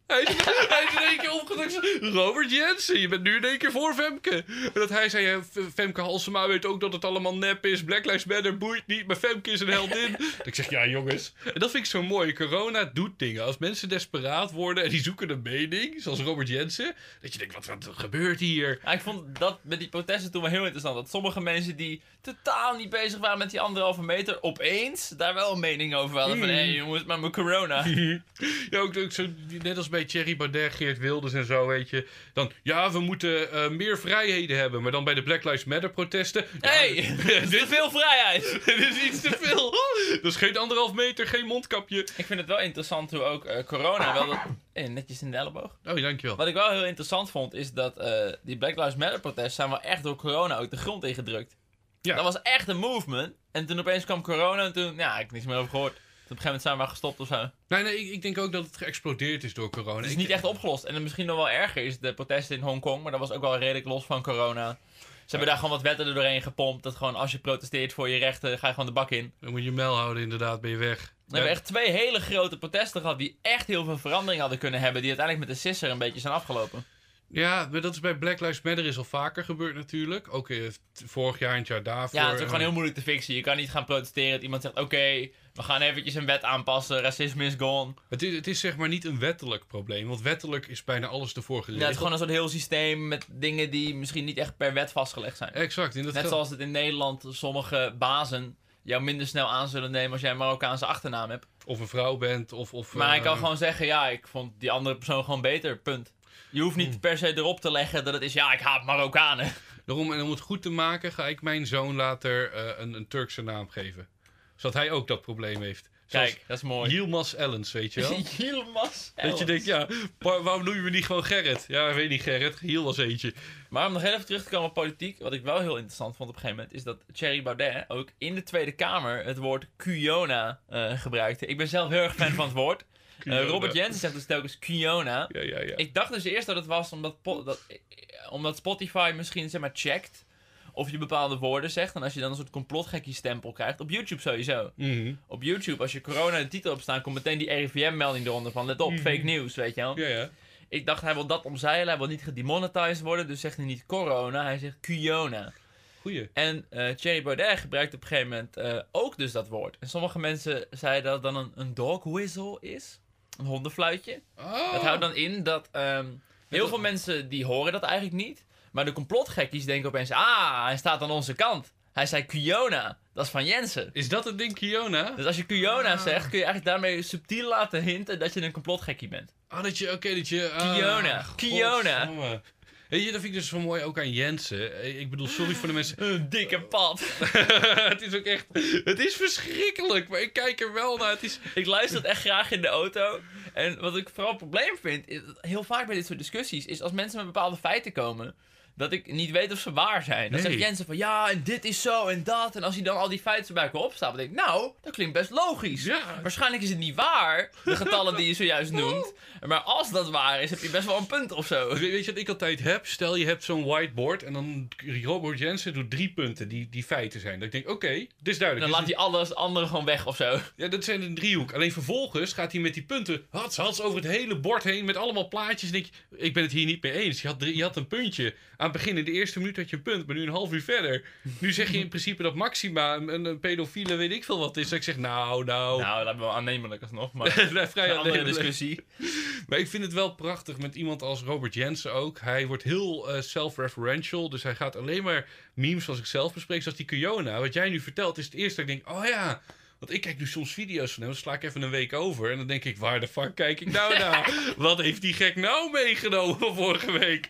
Hij is, hij is in één keer opgedacht. Robert Jensen, je bent nu in één keer voor Femke. En dat hij zei, ja, Femke Halsema weet ook dat het allemaal nep is. Black Lives Matter boeit niet, maar Femke is een heldin. Dat ik zeg, ja jongens. En dat vind ik zo mooi. Corona doet dingen. Als mensen desperaat worden en die zoeken een mening, zoals Robert Jensen. Dat je denkt, wat, wat gebeurt hier? Ja, ik vond dat met die protesten toen wel heel interessant. Dat sommige mensen die totaal niet bezig waren met die anderhalve meter, opeens daar wel een mening over hadden. Van, hé hey, jongens, maar mijn corona. Ja, ook, ook zo, net als bij Thierry Baudet, Geert Wilders en zo, weet je. Dan, ja, we moeten uh, meer vrijheden hebben. Maar dan bij de Black Lives Matter protesten. Hé, hey, ja, dit is te veel vrijheid. Dit is iets te veel. Dat is geen anderhalf meter, geen mondkapje. Ik vind het wel interessant hoe ook uh, corona wel... Dat... Hey, netjes in de elleboog. Oh, dankjewel. Wat ik wel heel interessant vond, is dat uh, die Black Lives Matter protesten zijn wel echt door corona ook de grond ingedrukt. Ja. Dat was echt een movement. En toen opeens kwam corona en toen, ja, ik heb niks meer over gehoord. Toen op een gegeven moment zijn we maar gestopt of zo. Nee, nee, ik, ik denk ook dat het geëxplodeerd is door corona. Het is ik niet denk... echt opgelost. En misschien nog wel erger is de protesten in Hongkong, maar dat was ook wel redelijk los van corona. Ze hebben daar gewoon wat wetten er doorheen gepompt. Dat gewoon als je protesteert voor je rechten, ga je gewoon de bak in. Dan moet je mel houden, inderdaad, ben je weg. We hebben echt twee hele grote protesten gehad die echt heel veel verandering hadden kunnen hebben. Die uiteindelijk met de sisser een beetje zijn afgelopen. Ja, maar dat is bij Black Lives Matter is al vaker gebeurd natuurlijk. Ook uh, vorig jaar en het jaar daarvoor. Ja, het is ook gewoon heel moeilijk te fixen. Je kan niet gaan protesteren dat iemand zegt, oké, okay, we gaan eventjes een wet aanpassen, racisme is gone. Het is, het is zeg maar niet een wettelijk probleem, want wettelijk is bijna alles ervoor geregeld. Ja, het is gewoon een soort heel systeem met dingen die misschien niet echt per wet vastgelegd zijn. Exact. In dat Net gel- zoals het in Nederland sommige bazen jou minder snel aan zullen nemen als jij een Marokkaanse achternaam hebt. Of een vrouw bent, of... of Maar hij uh, kan gewoon zeggen, ja, ik vond die andere persoon gewoon beter, punt. Je hoeft niet per se erop te leggen dat het is, ja, ik haat Marokkanen. Daarom, en om het goed te maken, ga ik mijn zoon later uh, een, een Turkse naam geven. Zodat hij ook dat probleem heeft. Zoals Kijk, dat is mooi. Yilmaz Ellens, weet je wel? Yilmaz Dat je denkt, ja, waar- waarom noemen we niet gewoon Gerrit? Ja, weet niet Gerrit, Yilmaz eentje. Maar om nog heel even terug te komen op politiek, wat ik wel heel interessant vond op een gegeven moment, is dat Thierry Baudet ook in de Tweede Kamer het woord Kiona uh, gebruikte. Ik ben zelf heel erg fan van het woord. Uh, Robert Jensen zegt dus telkens Kiona. Ja, ja, ja. Ik dacht dus eerst dat het was omdat, po- dat, omdat Spotify misschien zeg maar checkt of je bepaalde woorden zegt. En als je dan een soort complotgekkie stempel krijgt. Op YouTube sowieso. Mhm. Op YouTube, als je corona in de titel op staan, komt meteen die R I V M-melding eronder van let op, Mhm. fake news, weet je wel. Ja, ja. Ik dacht, hij wil dat omzeilen, hij wil niet gedemonetized worden, dus zegt hij niet corona, hij zegt Kiona. Goeie. En uh, Thierry Baudet gebruikt op een gegeven moment uh, ook dus dat woord. En sommige mensen zeiden dat het dan een, een dog whistle is. Een hondenfluitje. Oh. Dat houdt dan in dat um, heel veel mensen die horen dat eigenlijk niet. Maar de complotgekkies denken opeens, ah, hij staat aan onze kant. Hij zei Kiona, dat is van Jensen. Is dat het ding, Kiona? Dus als je Kiona Ah. zegt, kun je eigenlijk daarmee subtiel laten hinten dat je een complotgekkie bent. Ah, dat je, oké, dat je... ah, Kiona. Kiona. godsamme. Weet je, dat vind ik dus zo mooi ook aan Jensen. Ik bedoel, sorry voor de mensen... Een dikke pad. Het is ook echt... Het is verschrikkelijk, maar ik kijk er wel naar. Het is... Ik luister het echt graag in de auto. En wat ik vooral een probleem vind, is, heel vaak bij dit soort discussies, is als mensen met bepaalde feiten komen, dat ik niet weet of ze waar zijn. Dan Nee. zegt Jensen van, ja, en dit is zo en dat. En als hij dan al die feiten bij elkaar opstaat, dan denk ik, nou, dat klinkt best logisch. Ja. Waarschijnlijk is het niet waar, de getallen die je zojuist noemt. Maar als dat waar is, heb je best wel een punt of zo. We- Weet je wat ik altijd heb? Stel je hebt zo'n whiteboard en dan Robert Jensen doet drie punten die, die feiten zijn. Dat ik denk, oké, dit is duidelijk. Dan Dit laat is- hij alles andere gewoon weg of zo. Ja, dat zijn een driehoek. Alleen vervolgens gaat hij met die punten hats, hats over het hele bord heen met allemaal plaatjes. En denk je, ik ben het hier niet mee eens. Je had, drie, je had een puntje. Aan het begin, in de eerste minuut had je een punt, maar nu een half uur verder. Nu zeg je in principe dat Maxima een, een, een pedofiele weet ik veel wat is. Dat ik zeg, nou, nou. Nou, dat is wel aannemelijk alsnog, maar Vrij een andere aannemelijk. discussie. Maar ik vind het wel prachtig met iemand als Robert Jensen ook. Hij wordt heel uh, self-referential. Dus hij gaat alleen maar memes zoals ik zelf bespreek. Zoals die Kiona. Wat jij nu vertelt is het eerste dat ik denk, oh ja. Want ik kijk nu soms video's van hem. Dan sla ik even een week over. En dan denk ik, waar de fuck kijk ik nou naar? Wat heeft die gek nou meegenomen van vorige week?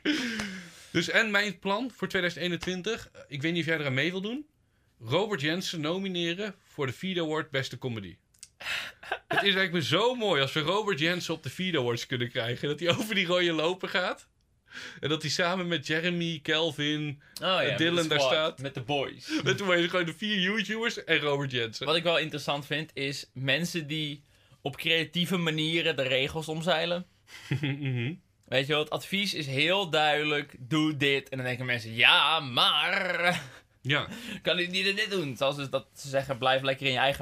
Dus en mijn plan voor twintig eenentwintig. Ik weet niet of jij eraan mee wil doen. Robert Jensen nomineren voor de Vida Award Beste Comedy. Het is eigenlijk me zo mooi als we Robert Jensen op de Vida Awards kunnen krijgen. Dat hij over die rode lopen gaat. En dat hij samen met Jeremy, Kelvin, Oh ja, Uh, Dylan met de daar squad, staat. met de boys. met toen waren gewoon de vier YouTubers en Robert Jensen. Wat ik wel interessant vind, is mensen die op creatieve manieren de regels omzeilen. Mhm. Weet je wel, het advies is heel duidelijk, doe dit. En dan denken mensen, ja, maar Ja, kan ik niet dit doen? Zoals dus dat ze zeggen, blijf lekker in je eigen land.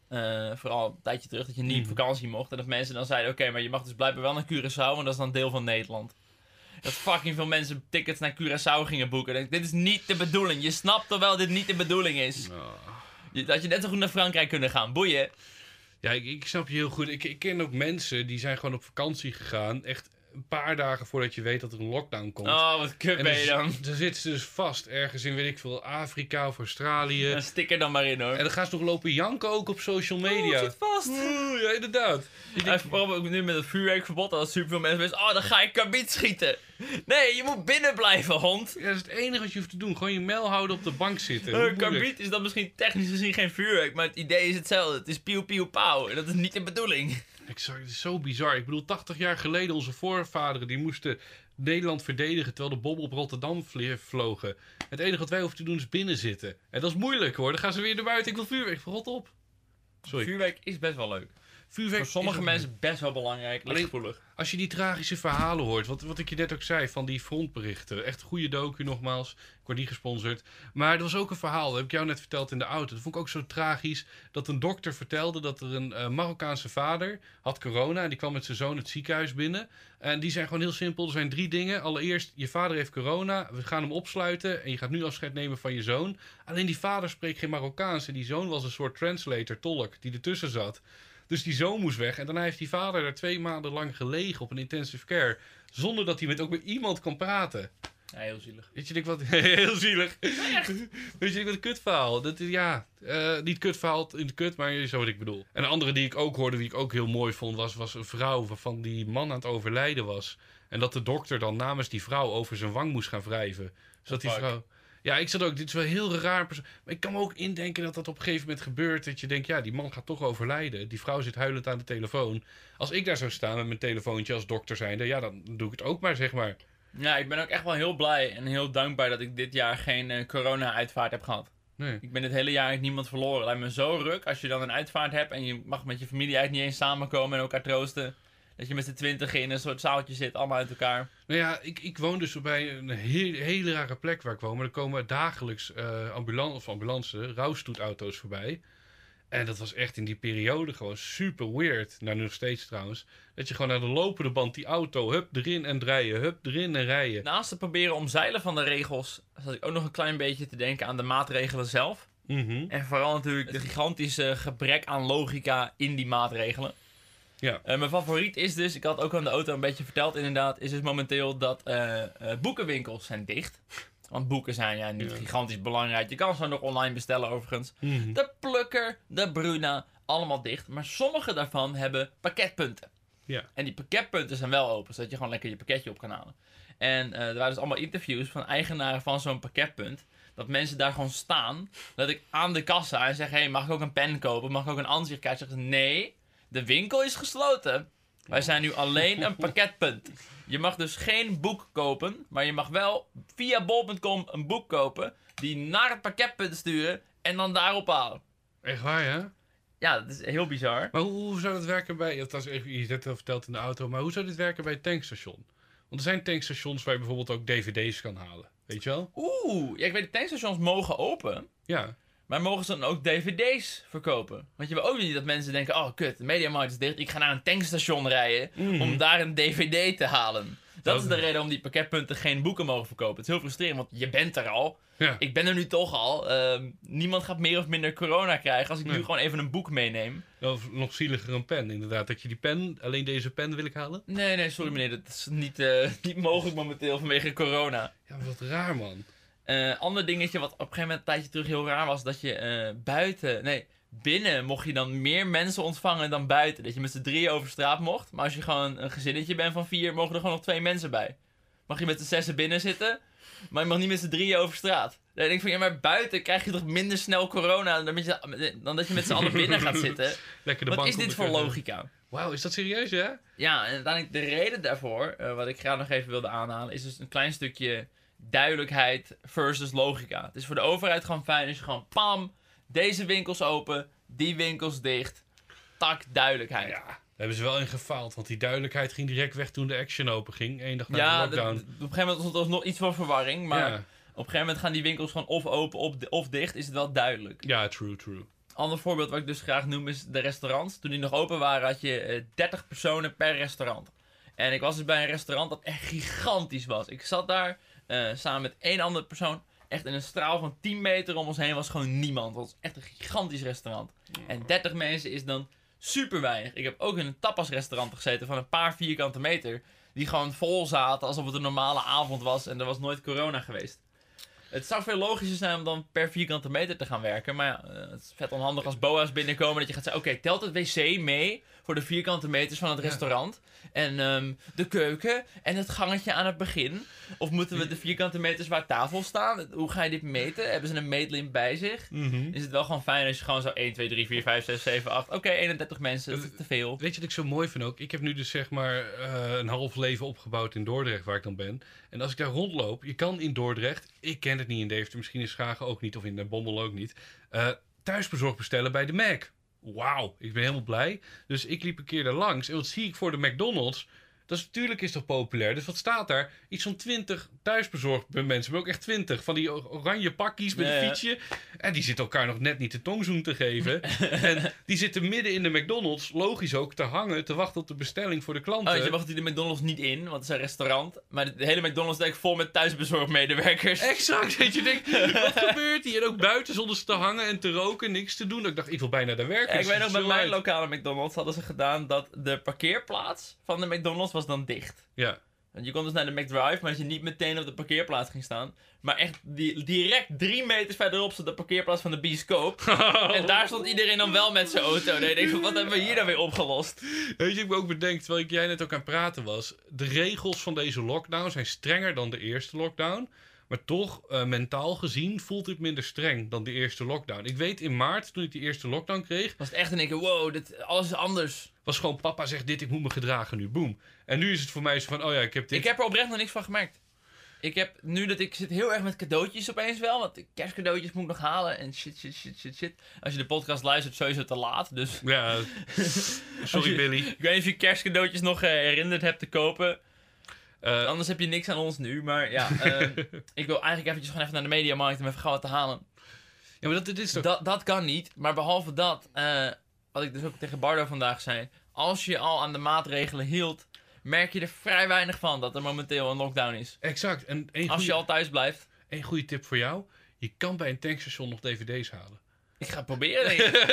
Uh, vooral een tijdje terug, dat je niet op vakantie mocht. En dat mensen dan zeiden, oké, okay, maar je mag dus blijkbaar wel naar Curaçao, want dat is dan deel van Nederland. Dat fucking veel mensen tickets naar Curaçao gingen boeken. Denk, dit is niet de bedoeling. Je snapt toch wel dat dit niet de bedoeling is. Oh. Je, dat je net zo goed naar Frankrijk kunnen gaan. Boeien. Ja, ik, ik snap je heel goed. Ik, ik ken ook mensen die zijn gewoon op vakantie gegaan. Echt een paar dagen voordat je weet dat er een lockdown komt. Oh, wat kut ben je dan. Dan zitten ze dus vast ergens in, weet ik veel, Afrika of Australië. Dan stik er dan maar in, hoor. En dan gaan ze nog lopen janken ook op social media. Oh, zit vast. Oeh, ja, inderdaad. Ik denk, vooral ook nu met het vuurwerkverbod, dat superveel mensen weten, oh, dan ga ik kabiet schieten. Nee, je moet binnen blijven, hond. Ja, dat is het enige wat je hoeft te doen. Gewoon je mel houden, op de bank zitten. Uh, kabiet is dan misschien technisch gezien geen vuurwerk, maar het idee is hetzelfde. Het is pieuw, pieuw, pauw. En dat is niet de bedoeling. Exact, het is zo bizar. Ik bedoel, tachtig jaar geleden, onze voorvaderen, die moesten Nederland verdedigen terwijl de bommen op Rotterdam vlogen. Het enige wat wij hoeven te doen is binnen zitten. En dat is moeilijk, hoor. Dan gaan ze weer naar buiten. Ik wil vuurwerk. Rot op. Sorry. Vuurwerk is best wel leuk. Vuurwerk voor sommige mensen best wel belangrijk. Alleen, als je die tragische verhalen hoort, wat, wat ik je net ook zei, van die frontberichten. Echt goede docu nogmaals. Ik word niet gesponsord. Maar er was ook een verhaal, dat heb ik jou net verteld in de auto. Dat vond ik ook zo tragisch. Dat een dokter vertelde dat er een uh, Marokkaanse vader had corona. En die kwam met zijn zoon het ziekenhuis binnen. En die zijn gewoon heel simpel. Er zijn drie dingen. Allereerst, je vader heeft corona. We gaan hem opsluiten. En je gaat nu afscheid nemen van je zoon. Alleen die vader spreekt geen Marokkaans. En die zoon was een soort translator, tolk, die ertussen zat. Dus die zoon moest weg. En daarna heeft die vader daar twee maanden lang gelegen op een intensive care. Zonder dat hij met ook met iemand kan praten. Ja, heel zielig. Weet je, ik wat... heel zielig. Echt? Weet je, ik wat een kutverhaal. Dat is, ja, uh, niet kutverhaal in de kut, maar zo wat ik bedoel. En een andere die ik ook hoorde, die ik ook heel mooi vond, was, was een vrouw waarvan die man aan het overlijden was. En dat de dokter dan namens die vrouw over zijn wang moest gaan wrijven. Zodat die vrouw... Ja, ik zat ook, dit is wel een heel raar persoon. Maar ik kan me ook indenken dat dat op een gegeven moment gebeurt. Dat je denkt, ja, die man gaat toch overlijden. Die vrouw zit huilend aan de telefoon. Als ik daar zou staan met mijn telefoontje als dokter zijnde, ja, dan doe ik het ook maar, zeg maar. Ja, ik ben ook echt wel heel blij en heel dankbaar dat ik dit jaar geen uh, corona-uitvaart heb gehad. Nee. Ik ben dit hele jaar eigenlijk niemand verloren. Lijkt me zo ruk als je dan een uitvaart hebt en je mag met je familie eigenlijk niet eens samenkomen en elkaar troosten. Dat je met z'n twintig in een soort zaaltje zit, allemaal uit elkaar. Nou ja, ik, ik woon dus bij een heel, hele rare plek waar ik woon. Maar er komen dagelijks uh, ambulan of ambulance, rouwstoetauto's voorbij. En dat was echt in die periode gewoon super weird. Nou, nog steeds trouwens. Dat je gewoon naar de lopende band die auto, hup, erin en draaien, hup, erin en rijden. Naast het proberen omzeilen van de regels, zat ik ook nog een klein beetje te denken aan de maatregelen zelf. Mm-hmm. En vooral natuurlijk de gigantische gebrek aan logica in die maatregelen. Ja. Uh, mijn favoriet is dus, ik had ook aan de auto een beetje verteld inderdaad, is dus momenteel dat uh, uh, boekenwinkels zijn dicht. Want boeken zijn ja niet ja. gigantisch belangrijk. Je kan ze nog online bestellen overigens. Mm-hmm. De Plukker, de Bruna, allemaal dicht. Maar sommige daarvan hebben pakketpunten. Ja. En die pakketpunten zijn wel open, zodat je gewoon lekker je pakketje op kan halen. En uh, er waren dus allemaal interviews van eigenaren van zo'n pakketpunt. Dat mensen daar gewoon staan, dat ik aan de kassa en zeg, hé, hey, mag ik ook een pen kopen? Mag ik ook een aanzichtkaart? Zeggen ze, nee, de winkel is gesloten. Wij zijn nu alleen een pakketpunt. Je mag dus geen boek kopen, maar je mag wel via bol punt com een boek kopen, die naar het pakketpunt sturen en dan daarop halen. Echt waar, hè? Ja, dat is heel bizar. Maar hoe, hoe zou dat werken bij, dat was even, je net al verteld in de auto, maar hoe zou dit werken bij het tankstation? Want er zijn tankstations waar je bijvoorbeeld ook dvd's kan halen, weet je wel? Oeh, ja, ik weet, de tankstations mogen open. Ja. Maar mogen ze dan ook dvd's verkopen? Want je wil ook niet dat mensen denken, oh kut, de Mediamarkt is dicht, ik ga naar een tankstation rijden mm. om daar een dvd te halen. Dat oh. is de reden waarom die pakketpunten geen boeken mogen verkopen. Het is heel frustrerend, want je bent er al. Ja. Ik ben er nu toch al. Uh, niemand gaat meer of minder corona krijgen als ik nee. nu gewoon even een boek meeneem. Of nog zieliger een pen, inderdaad. Dat je die pen, alleen deze pen wil ik halen? Nee, nee, sorry meneer, dat is niet, uh, niet mogelijk momenteel vanwege corona. Ja, wat raar man. Uh, ander dingetje wat op een gegeven moment een tijdje terug heel raar was, dat je uh, buiten, nee, binnen mocht je dan meer mensen ontvangen dan buiten. Dat je met z'n drieën over straat mocht, maar als je gewoon een gezinnetje bent van vier, mogen er gewoon nog twee mensen bij. Mag je met z'n zessen binnen zitten, maar je mag niet met z'n drieën over straat. Dan denk ik van, ja, maar buiten krijg je toch minder snel corona dan, met je, dan dat je met z'n allen binnen gaat zitten. Lekker de wat bank is dit voor logica? Wauw, is dat serieus, ja? Ja, en uiteindelijk de reden daarvoor, uh, wat ik graag nog even wilde aanhalen, is dus een klein stukje duidelijkheid versus logica. Het is voor de overheid gewoon fijn als je gewoon pam, deze winkels open, die winkels dicht. Tak, duidelijkheid. Ja, daar hebben ze wel in gefaald, want die duidelijkheid ging direct weg toen de Action open ging. Eén dag na ja, de lockdown. Ja, op een gegeven moment was er nog iets van verwarring, maar ja. op een gegeven moment gaan die winkels gewoon of open of, of dicht, is het wel duidelijk. Ja, true, true. Ander voorbeeld wat ik dus graag noem is de restaurants. Toen die nog open waren had je uh, dertig personen per restaurant. En ik was dus bij een restaurant dat echt gigantisch was. Ik zat daar uh, samen met één andere persoon. Echt in een straal van tien meter om ons heen was gewoon niemand. Het was echt een gigantisch restaurant. En dertig mensen is dan super weinig. Ik heb ook in een tapasrestaurant gezeten van een paar vierkante meter. Die gewoon vol zaten alsof het een normale avond was en er was nooit corona geweest. Het zou veel logischer zijn om dan per vierkante meter te gaan werken. Maar ja, uh, het is vet onhandig als boa's binnenkomen dat je gaat zeggen... Oké, okay, telt het wc mee voor de vierkante meters van het restaurant? Ja. En um, de keuken en het gangetje aan het begin? Of moeten we de vierkante meters waar tafel staan? Hoe ga je dit meten? Hebben ze een meetlint bij zich? Mm-hmm. Is het wel gewoon fijn als je gewoon zo één, twee, drie, vier, vijf, zes, zeven, acht... Oké, okay, eenendertig mensen, dat is te veel. Weet je wat ik zo mooi vind ook? Ik heb nu dus zeg maar uh, een half leven opgebouwd in Dordrecht waar ik dan ben. En als ik daar rondloop, je kan in Dordrecht... Ik ken het niet in Deventer, misschien in Schagen ook niet, of in Den Bommel ook niet. Uh, thuisbezorgd bestellen bij de Mac. Wauw, ik ben helemaal blij. Dus ik liep een keer daar langs en wat zie ik voor de McDonald's? Dat is natuurlijk is toch populair. Dus wat staat daar? Iets van twintig thuisbezorgd mensen. Maar ook echt twintig. Van die oranje pakjes met ja, een fietsje. En die zitten elkaar nog net niet de tongzoen te geven. En die zitten midden in de McDonald's. Logisch ook te hangen. Te wachten op de bestelling voor de klanten. Oh, je wacht die de McDonald's niet in. Want het is een restaurant. Maar de hele McDonald's is vol met thuisbezorgd medewerkers. Exact. Dat je denkt, wat gebeurt hier? En ook buiten zonder ze te hangen en te roken. Niks te doen. Ik dacht, ik wil bijna daar werken. Ja, ik weet nog, bij mijn lokale McDonald's hadden ze gedaan dat de parkeerplaats van de McDonald's was dan dicht. Ja. Want je kon dus naar de McDrive, maar dat je niet meteen op de parkeerplaats ging staan. Maar echt die, direct drie meters verderop stond de parkeerplaats van de bioscoop. Oh. En daar stond iedereen dan wel met zijn auto. Nee, ik denk van, wat hebben we hier dan weer opgelost? Weet je, ik me ook bedenk, terwijl ik jij net ook aan het praten was. De regels van deze lockdown zijn strenger dan de eerste lockdown. Maar toch, uh, mentaal gezien, voelt het minder streng dan de eerste lockdown. Ik weet in maart, toen ik die eerste lockdown kreeg... Was het echt in één keer, wow, dit, alles is anders. Was gewoon, papa zegt dit, ik moet me gedragen nu, boom. En nu is het voor mij zo van, oh ja, ik heb dit... Ik heb er oprecht nog niks van gemerkt. Ik heb nu dat ik zit heel erg met cadeautjes opeens wel. Want kerstcadeautjes moet ik nog halen en shit, shit, shit, shit, shit. Als je de podcast luistert, sowieso te laat, dus... Ja, sorry je, Billy. Ik weet niet of je kerstcadeautjes nog uh, herinnerd hebt te kopen... Uh, Anders heb je niks aan ons nu, maar ja, uh, ik wil eigenlijk eventjes gewoon even naar de Mediamarkt om even gauw wat te halen. Ja, maar dat, dat is toch... Dat, dat kan niet, maar behalve dat, uh, wat ik dus ook tegen Bardo vandaag zei, als je al aan de maatregelen hield, merk je er vrij weinig van dat er momenteel een lockdown is. Exact. En een als goeie, je al thuis blijft. Een goede tip voor jou, je kan bij een tankstation nog D V D's halen. Ik ga het proberen.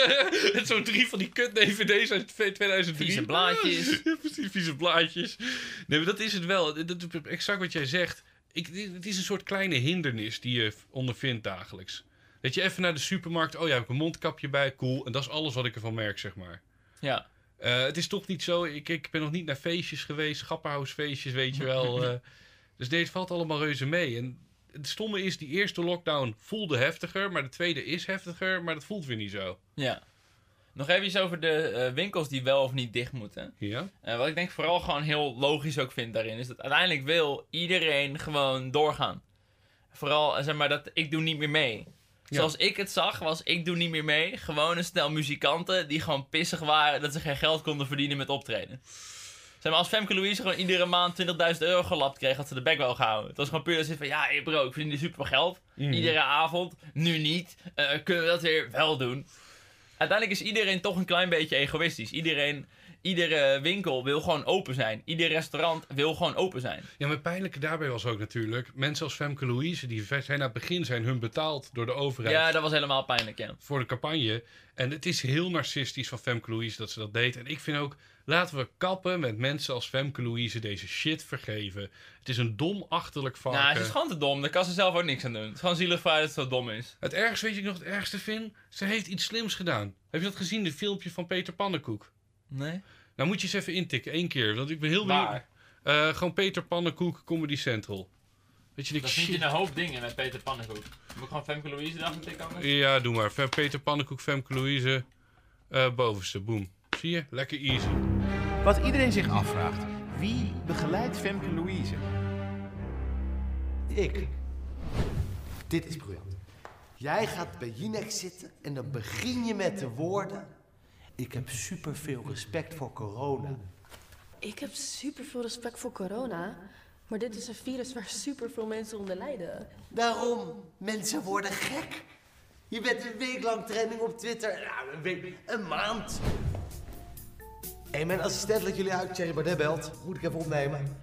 Met zo'n drie van die kut D V D's uit tweeduizend drie. Vieze blaadjes. Ja, precies, vieze blaadjes. Nee, maar dat is het wel. Dat is exact wat jij zegt. Ik, het is een soort kleine hindernis die je ondervindt dagelijks. Dat je even naar de supermarkt... Oh ja, heb ik een mondkapje bij, cool. En dat is alles wat ik ervan merk, zeg maar. Ja. Uh, het is toch niet zo... Ik, ik ben nog niet naar feestjes geweest. Grappenhuisfeestjes, weet je wel. Uh, dus nee, het valt allemaal reuze mee. En... Het stomme is, die eerste lockdown voelde heftiger, maar de tweede is heftiger, maar dat voelt weer niet zo. Ja. Nog even iets over de uh, winkels die wel of niet dicht moeten. Ja. Uh, wat ik denk vooral gewoon heel logisch ook vind daarin, is dat uiteindelijk wil iedereen gewoon doorgaan. Vooral, zeg maar, dat ik doe niet meer mee. Ja. Zoals ik het zag, was ik doe niet meer mee. Gewoon een stel muzikanten die gewoon pissig waren dat ze geen geld konden verdienen met optreden. Zeg maar, als Femke Louise gewoon iedere maand twintigduizend euro gelapt kreeg, had ze de bek wel gehouden. Het was gewoon puur dat ze van, ja, hey bro, ik verdien hier super veel geld. Mm. Iedere avond, nu niet. Uh, kunnen we dat weer wel doen? Uiteindelijk is iedereen toch een klein beetje egoïstisch. Iedereen, iedere winkel wil gewoon open zijn. Ieder restaurant wil gewoon open zijn. Ja, maar het pijnlijke daarbij was ook natuurlijk, mensen als Femke Louise, die zijn aan het begin zijn hun betaald door de overheid. Ja, dat was helemaal pijnlijk, ja. Voor de campagne. En het is heel narcistisch van Femke Louise dat ze dat deed. En ik vind ook, laten we kappen met mensen als Femke Louise deze shit vergeven. Het is een dom, achterlijk varken. Nou, ze is gewoon te dom. Daar kan ze zelf ook niks aan doen. Het is gewoon zielig voor haar dat het zo dom is. Het ergste, weet je nog het ergste vind? Ze heeft iets slims gedaan. Heb je dat gezien, dit filmpje van Peter Pannenkoek? Nee. Nou moet je eens even intikken, één keer. Want ik ben heel Waar? Uh, gewoon Peter Pannenkoek, Comedy Central. Weet je, dat vind je een hoop dingen met Peter Pannenkoek. Moet ik gewoon Femke Louise erachter tikken anders? Ja, doe maar. Peter Pannenkoek, Femke Louise. Uh, bovenste, boom. Zie je? Lekker easy. Wat iedereen zich afvraagt. Wie begeleidt Femke Louise? Ik. Dit is briljant. Jij gaat bij Jinek zitten en dan begin je met de woorden... Ik heb superveel respect voor corona. Ik heb superveel respect voor corona... maar dit is een virus waar superveel mensen onder lijden. Daarom, mensen worden gek. Je bent een week lang trending op Twitter. Nou, een week, een maand. Hé, hey, mijn assistent laat jullie uit. Thierry Baudet belt. Moet ik even opnemen.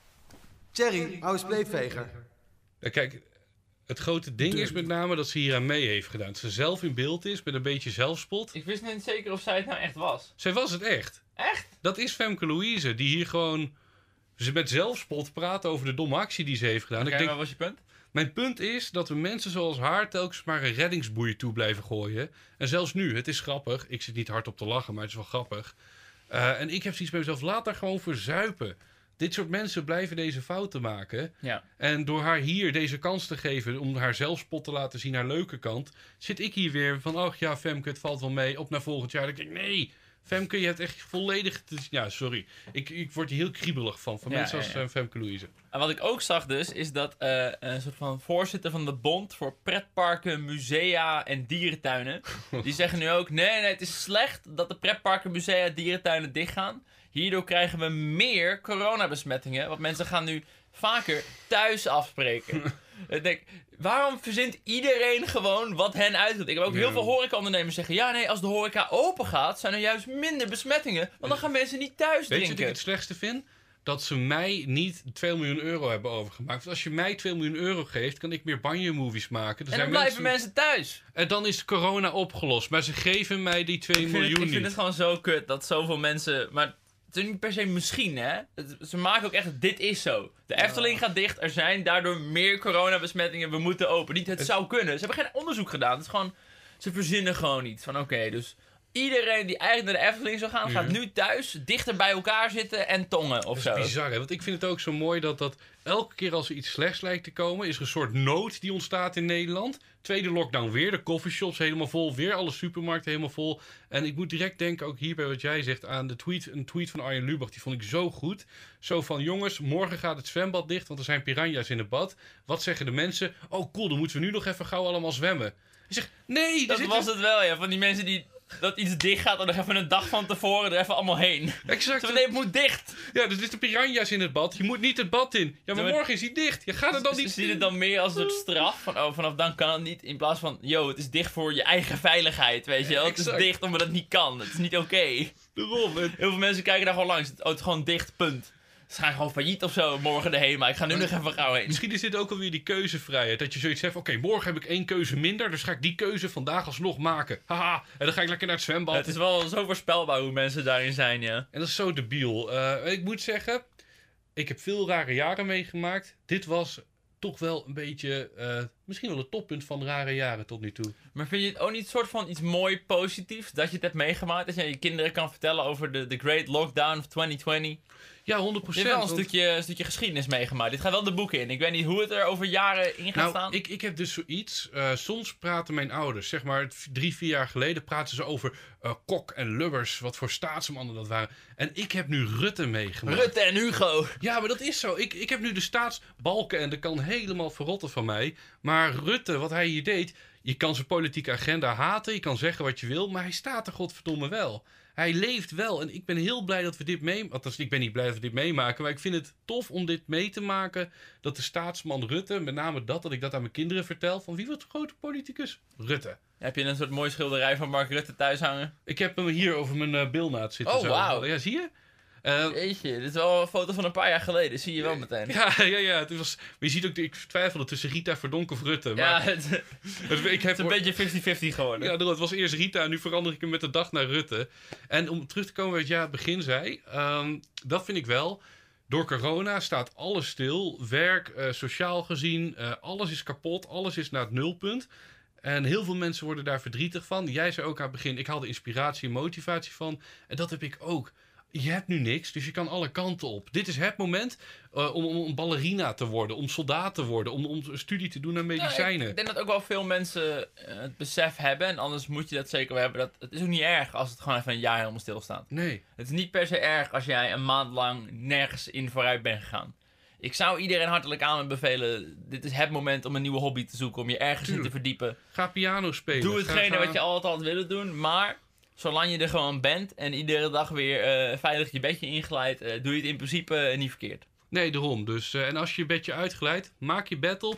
Thierry, oude spleetveger. Ja, kijk, het grote ding is met name dat ze hier aan mee heeft gedaan. Dat ze zelf in beeld is met een beetje zelfspot. Ik wist niet zeker of zij het nou echt was. Zij was het echt. Echt? Dat is Femke Louise, die hier gewoon... Ze met zelfspot praat over de domme actie die ze heeft gedaan. Oké, Ik denk, wat was je punt? mijn punt is dat we mensen zoals haar telkens maar een reddingsboei toe blijven gooien. En zelfs nu, het is grappig. Ik zit niet hard op te lachen, maar het is wel grappig. Uh, en ik heb zoiets bij mezelf, laat haar gewoon verzuipen. Dit soort mensen blijven deze fouten maken. Ja. En door haar hier deze kans te geven om haar zelfspot te laten zien, haar leuke kant, zit ik hier weer van, oh ja, Femke, het valt wel mee, op naar volgend jaar. Dan denk ik, nee, Femke, je hebt echt volledig... Te... Ja, sorry. Ik, ik word hier heel kriebelig van, van Ja, mensen ja, als ja. uh, Femke Louise. En wat ik ook zag dus, is dat uh, een soort van voorzitter van de Bond voor pretparken, musea en dierentuinen, die zeggen nu ook, nee, nee, het is slecht dat de pretparken, musea en dierentuinen dichtgaan. Hierdoor krijgen we meer coronabesmettingen, want mensen gaan nu vaker thuis afspreken. Ik denk, waarom verzint iedereen gewoon wat hen uitkomt? Ik heb ook Ja. heel veel horecaondernemers zeggen, ja nee, als de horeca open gaat, zijn er juist minder besmettingen, want dan gaan mensen niet thuis Weet je wat ik drinken. het slechtste vind? Dat ze mij niet twee miljoen euro hebben overgemaakt. Want als je mij twee miljoen euro geeft, kan ik meer banjo-movies maken. Er En zijn dan blijven mensen thuis. En dan is corona opgelost. Maar ze geven mij die twee Ik vind, miljoen het, ik vind niet. het gewoon zo kut dat zoveel mensen... Maar het is niet per se misschien, hè. Het- ze maken ook echt, dit is zo. De Efteling gaat dicht, er zijn daardoor meer coronabesmettingen, we moeten open. Niet, het, Het- zou kunnen. Ze hebben geen onderzoek gedaan. Het is gewoon, ze verzinnen gewoon iets. Van oké, dus iedereen die eigenlijk naar de Efteling zou gaan, gaat Mhm. nu thuis dichter bij elkaar zitten en tongen of Dat zo. is bizar, hè? Want ik vind het ook zo mooi dat dat elke keer als er iets slechts lijkt te komen, is er een soort nood die ontstaat in Nederland. Tweede lockdown weer, de coffeeshops helemaal vol, weer alle supermarkten helemaal vol. En ik moet direct denken, ook hier bij wat jij zegt, aan de tweet, een tweet van Arjen Lubach, die vond ik zo goed. Zo van, jongens, morgen gaat het zwembad dicht, want er zijn piranha's in het bad. Wat zeggen de mensen? Oh cool, dan moeten we nu nog even gauw allemaal zwemmen. Ik zeg, nee, er Dat zit was het wel, ja. Van die mensen die... Dat iets dicht gaat en dan even een dag van tevoren er even allemaal heen. exact. Zo, nee, het moet dicht. Ja, dus er zitten piranha's in het bad. Je moet niet het bad in. Ja, maar maar- morgen is hij dicht. Je gaat er dan Ze niet zien het dan meer als een soort straf. Van, oh, vanaf dan kan het niet. In plaats van, yo, het is dicht voor je eigen veiligheid, weet je wel. Het is Exact. dicht omdat het niet kan. Het is niet oké. Daarom. En Heel veel mensen kijken daar gewoon langs. Oh, het is gewoon dicht, punt. Ze gaan gewoon failliet of zo morgen erheen, maar ik ga nu nog even gauw heen. misschien is dit ook alweer die keuzevrijheid. Dat je zoiets hebt, oké, morgen heb ik één keuze minder. Dus ga ik die keuze vandaag alsnog maken. Haha. En dan ga ik lekker naar het zwembad. Het is wel zo voorspelbaar hoe mensen daarin zijn, ja. En dat is zo debiel. Eh, ik moet zeggen, ik heb veel rare jaren meegemaakt. Dit was toch wel een beetje, eh, misschien wel het toppunt van rare jaren tot nu toe. Maar vind je het ook niet soort van iets mooi positiefs dat je het hebt meegemaakt? Dat je je kinderen kan vertellen over de, de Great Lockdown of twintig twintig? Ja, honderd Je procent. hebt wel een stukje, een stukje geschiedenis meegemaakt. Dit gaat wel de boeken in. Ik weet niet hoe het er over jaren in gaat Nou, staan. ik, ik heb dus zoiets. eh, soms praten mijn ouders, zeg maar v- drie, vier jaar geleden, praten ze over eh, Kok en Lubbers. Wat voor staatsmannen dat waren. En ik heb nu Rutte meegemaakt. Rutte en Hugo. Ja, maar dat is zo. Ik, ik heb nu de staatsbalken en dat kan helemaal verrotten van mij. Maar Rutte, wat hij hier deed, je kan zijn politieke agenda haten, je kan zeggen wat je wil, maar hij staat er godverdomme wel. Hij leeft wel. En ik ben heel blij dat we dit mee... Althans, ik ben niet blij dat we dit meemaken. Maar ik vind het tof om dit mee te maken. Dat de staatsman Rutte, met name dat, dat ik dat aan mijn kinderen vertel. Van wie wordt de grote politicus? Rutte. Heb je een soort mooi schilderij van Mark Rutte thuis hangen? Ik heb hem hier over mijn uh, bilnaad zitten. Oh, zo. wauw. Ja, zie je? Uh, Jeetje, dit is wel een foto van een paar jaar geleden. Zie je wel meteen. ja, ja, ja. Het was, maar je ziet ook, ik twijfelde tussen Rita Verdonk of Rutte. Maar Ja, het, het het, ik heb is een beetje vijftig vijftig geworden. Ja, het was eerst Rita en nu verander ik hem met de dag naar Rutte. En om terug te komen bij wat jij aan het begin zei. Um, dat vind ik wel. Door corona staat alles stil. Werk, uh, sociaal gezien, uh, alles is kapot. Alles is naar het nulpunt. En heel veel mensen worden daar verdrietig van. Jij zei ook aan het begin, ik haal de inspiratie en motivatie van. En dat heb ik ook. Je hebt nu niks, dus je kan alle kanten op. Dit is het moment uh, om, om een ballerina te worden, om soldaat te worden, om, om een studie te doen naar medicijnen. Nou, ik denk dat ook wel veel mensen uh, het besef hebben. En anders moet je dat zeker wel hebben. Dat, het is ook niet erg als het gewoon even een jaar helemaal stilstaat. Nee. Het is niet per se erg als jij een maand lang nergens in vooruit bent gegaan. Ik zou iedereen hartelijk aan bevelen. Dit is het moment om een nieuwe hobby te zoeken. Om je ergens Tuurlijk. in te verdiepen. Ga piano spelen. Doe Ga- hetgene ga- wat je altijd had willen doen. Maar zolang je er gewoon bent. En iedere dag weer uh, veilig je bedje inglijdt. Uh, doe je het in principe uh, niet verkeerd. Nee, daarom. Dus, uh, en als je je bedje uitglijdt, maak je bed op.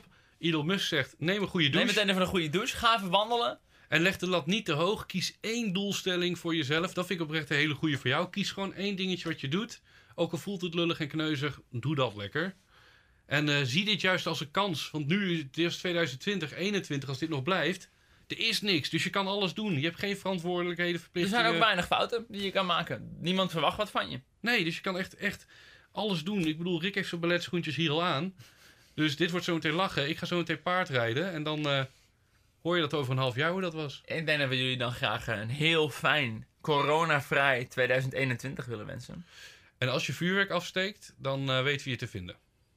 Elon Musk zegt, neem een goede Neem douche. meteen even een goede douche. Ga even wandelen. En leg de lat niet te hoog. Kies één doelstelling voor jezelf. Dat vind ik oprecht een hele goede voor jou. Kies gewoon één dingetje wat je doet. Ook al voelt het lullig en kneuzig, doe dat lekker. En uh, zie dit juist als een kans. Want nu, het is twintig twintig, eenentwintig, als dit nog blijft... Er is niks, dus je kan alles doen. Je hebt geen verantwoordelijkheden, Er verplichtingen. zijn ook weinig fouten die je kan maken. Niemand verwacht wat van je. Nee, dus je kan echt, echt alles doen. Ik bedoel, Rick heeft zijn balletschoentjes hier al aan. Dus dit wordt zo meteen lachen. Ik ga zo meteen paardrijden. En dan uh, hoor je dat over een half jaar hoe dat was. Ik denk dat we jullie dan graag een heel fijn, coronavrij tweeduizend eenentwintig willen wensen. En als je vuurwerk afsteekt, dan uh, weten we je te vinden.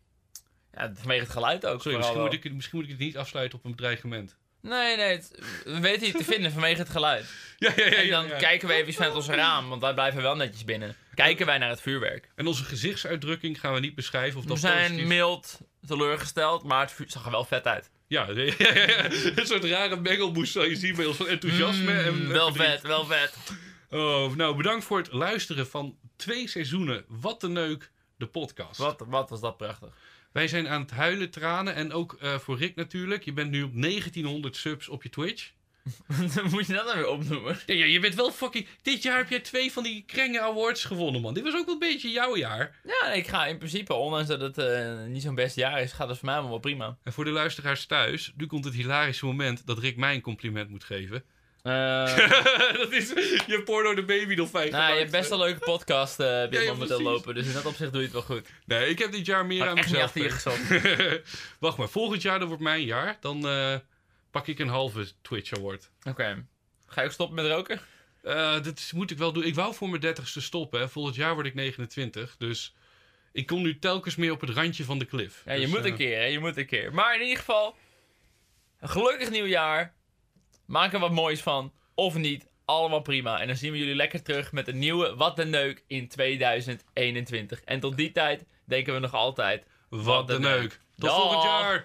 Ja, vanwege het geluid ook. Sorry, vooral misschien wel. moet, ik, misschien moet ik het niet afsluiten op een dreigement. Nee, nee, het, we weten je te vinden vanwege het geluid. Ja, ja, ja. En dan ja, ja. kijken we even vanuit ons raam, want wij blijven wel netjes binnen. Kijken wij naar het vuurwerk. En onze gezichtsuitdrukking gaan we niet beschrijven of We dat zijn positief... mild teleurgesteld, maar het vuur zag er wel vet uit. Ja, ja, ja, ja. Een soort rare mengelmoes zal je zien bij ons van enthousiasme. en, Mm, en wel verdriet. vet, wel vet. Oh, nou, bedankt voor het luisteren van twee seizoenen Wat de Neuk, de podcast. Wat, wat was dat prachtig. Wij zijn aan het huilen, tranen. En ook uh, voor Rick natuurlijk. Je bent nu op negentienhonderd subs op je Twitch. Moet je dat dan weer opnoemen? Ja, ja, je bent wel fucking... Dit jaar heb jij twee van die Krengen Awards gewonnen, man. Dit was ook wel een beetje jouw jaar. Ja, ik ga in principe, ondanks dat het uh, niet zo'n best jaar is, gaat het voor mij wel prima. En voor de luisteraars thuis, nu komt het hilarische moment dat Rick mij een compliment moet geven. Uh, Dat is je porno de baby nog fijn nou, je gemaakt. hebt best een leuke podcast uh, op dit Ja, ja, momenteel precies. lopen, dus in dat opzicht doe je het wel goed. Nee, ik heb dit jaar meer Had aan ik echt niet mezelf. achter je gezocht. Wacht maar, volgend jaar, dat wordt mijn jaar. Dan uh, pak ik een halve Twitch Award. Oké. Okay. Ga je ook stoppen met roken? Uh, dat moet ik wel doen. Ik wou voor mijn dertigste stoppen. Hè. Volgend jaar word ik negenentwintig. Dus ik kom nu telkens meer op het randje van de klif. Ja, je dus, moet uh, een keer, hè? Je moet een keer. Maar in ieder geval, een gelukkig nieuwjaar. Maak er wat moois van. Of niet. Allemaal prima. En dan zien we jullie lekker terug met een nieuwe Wat de Neuk in tweeduizend eenentwintig. En tot die tijd denken we nog altijd... Wat de neuk. Tot Dag. volgend jaar.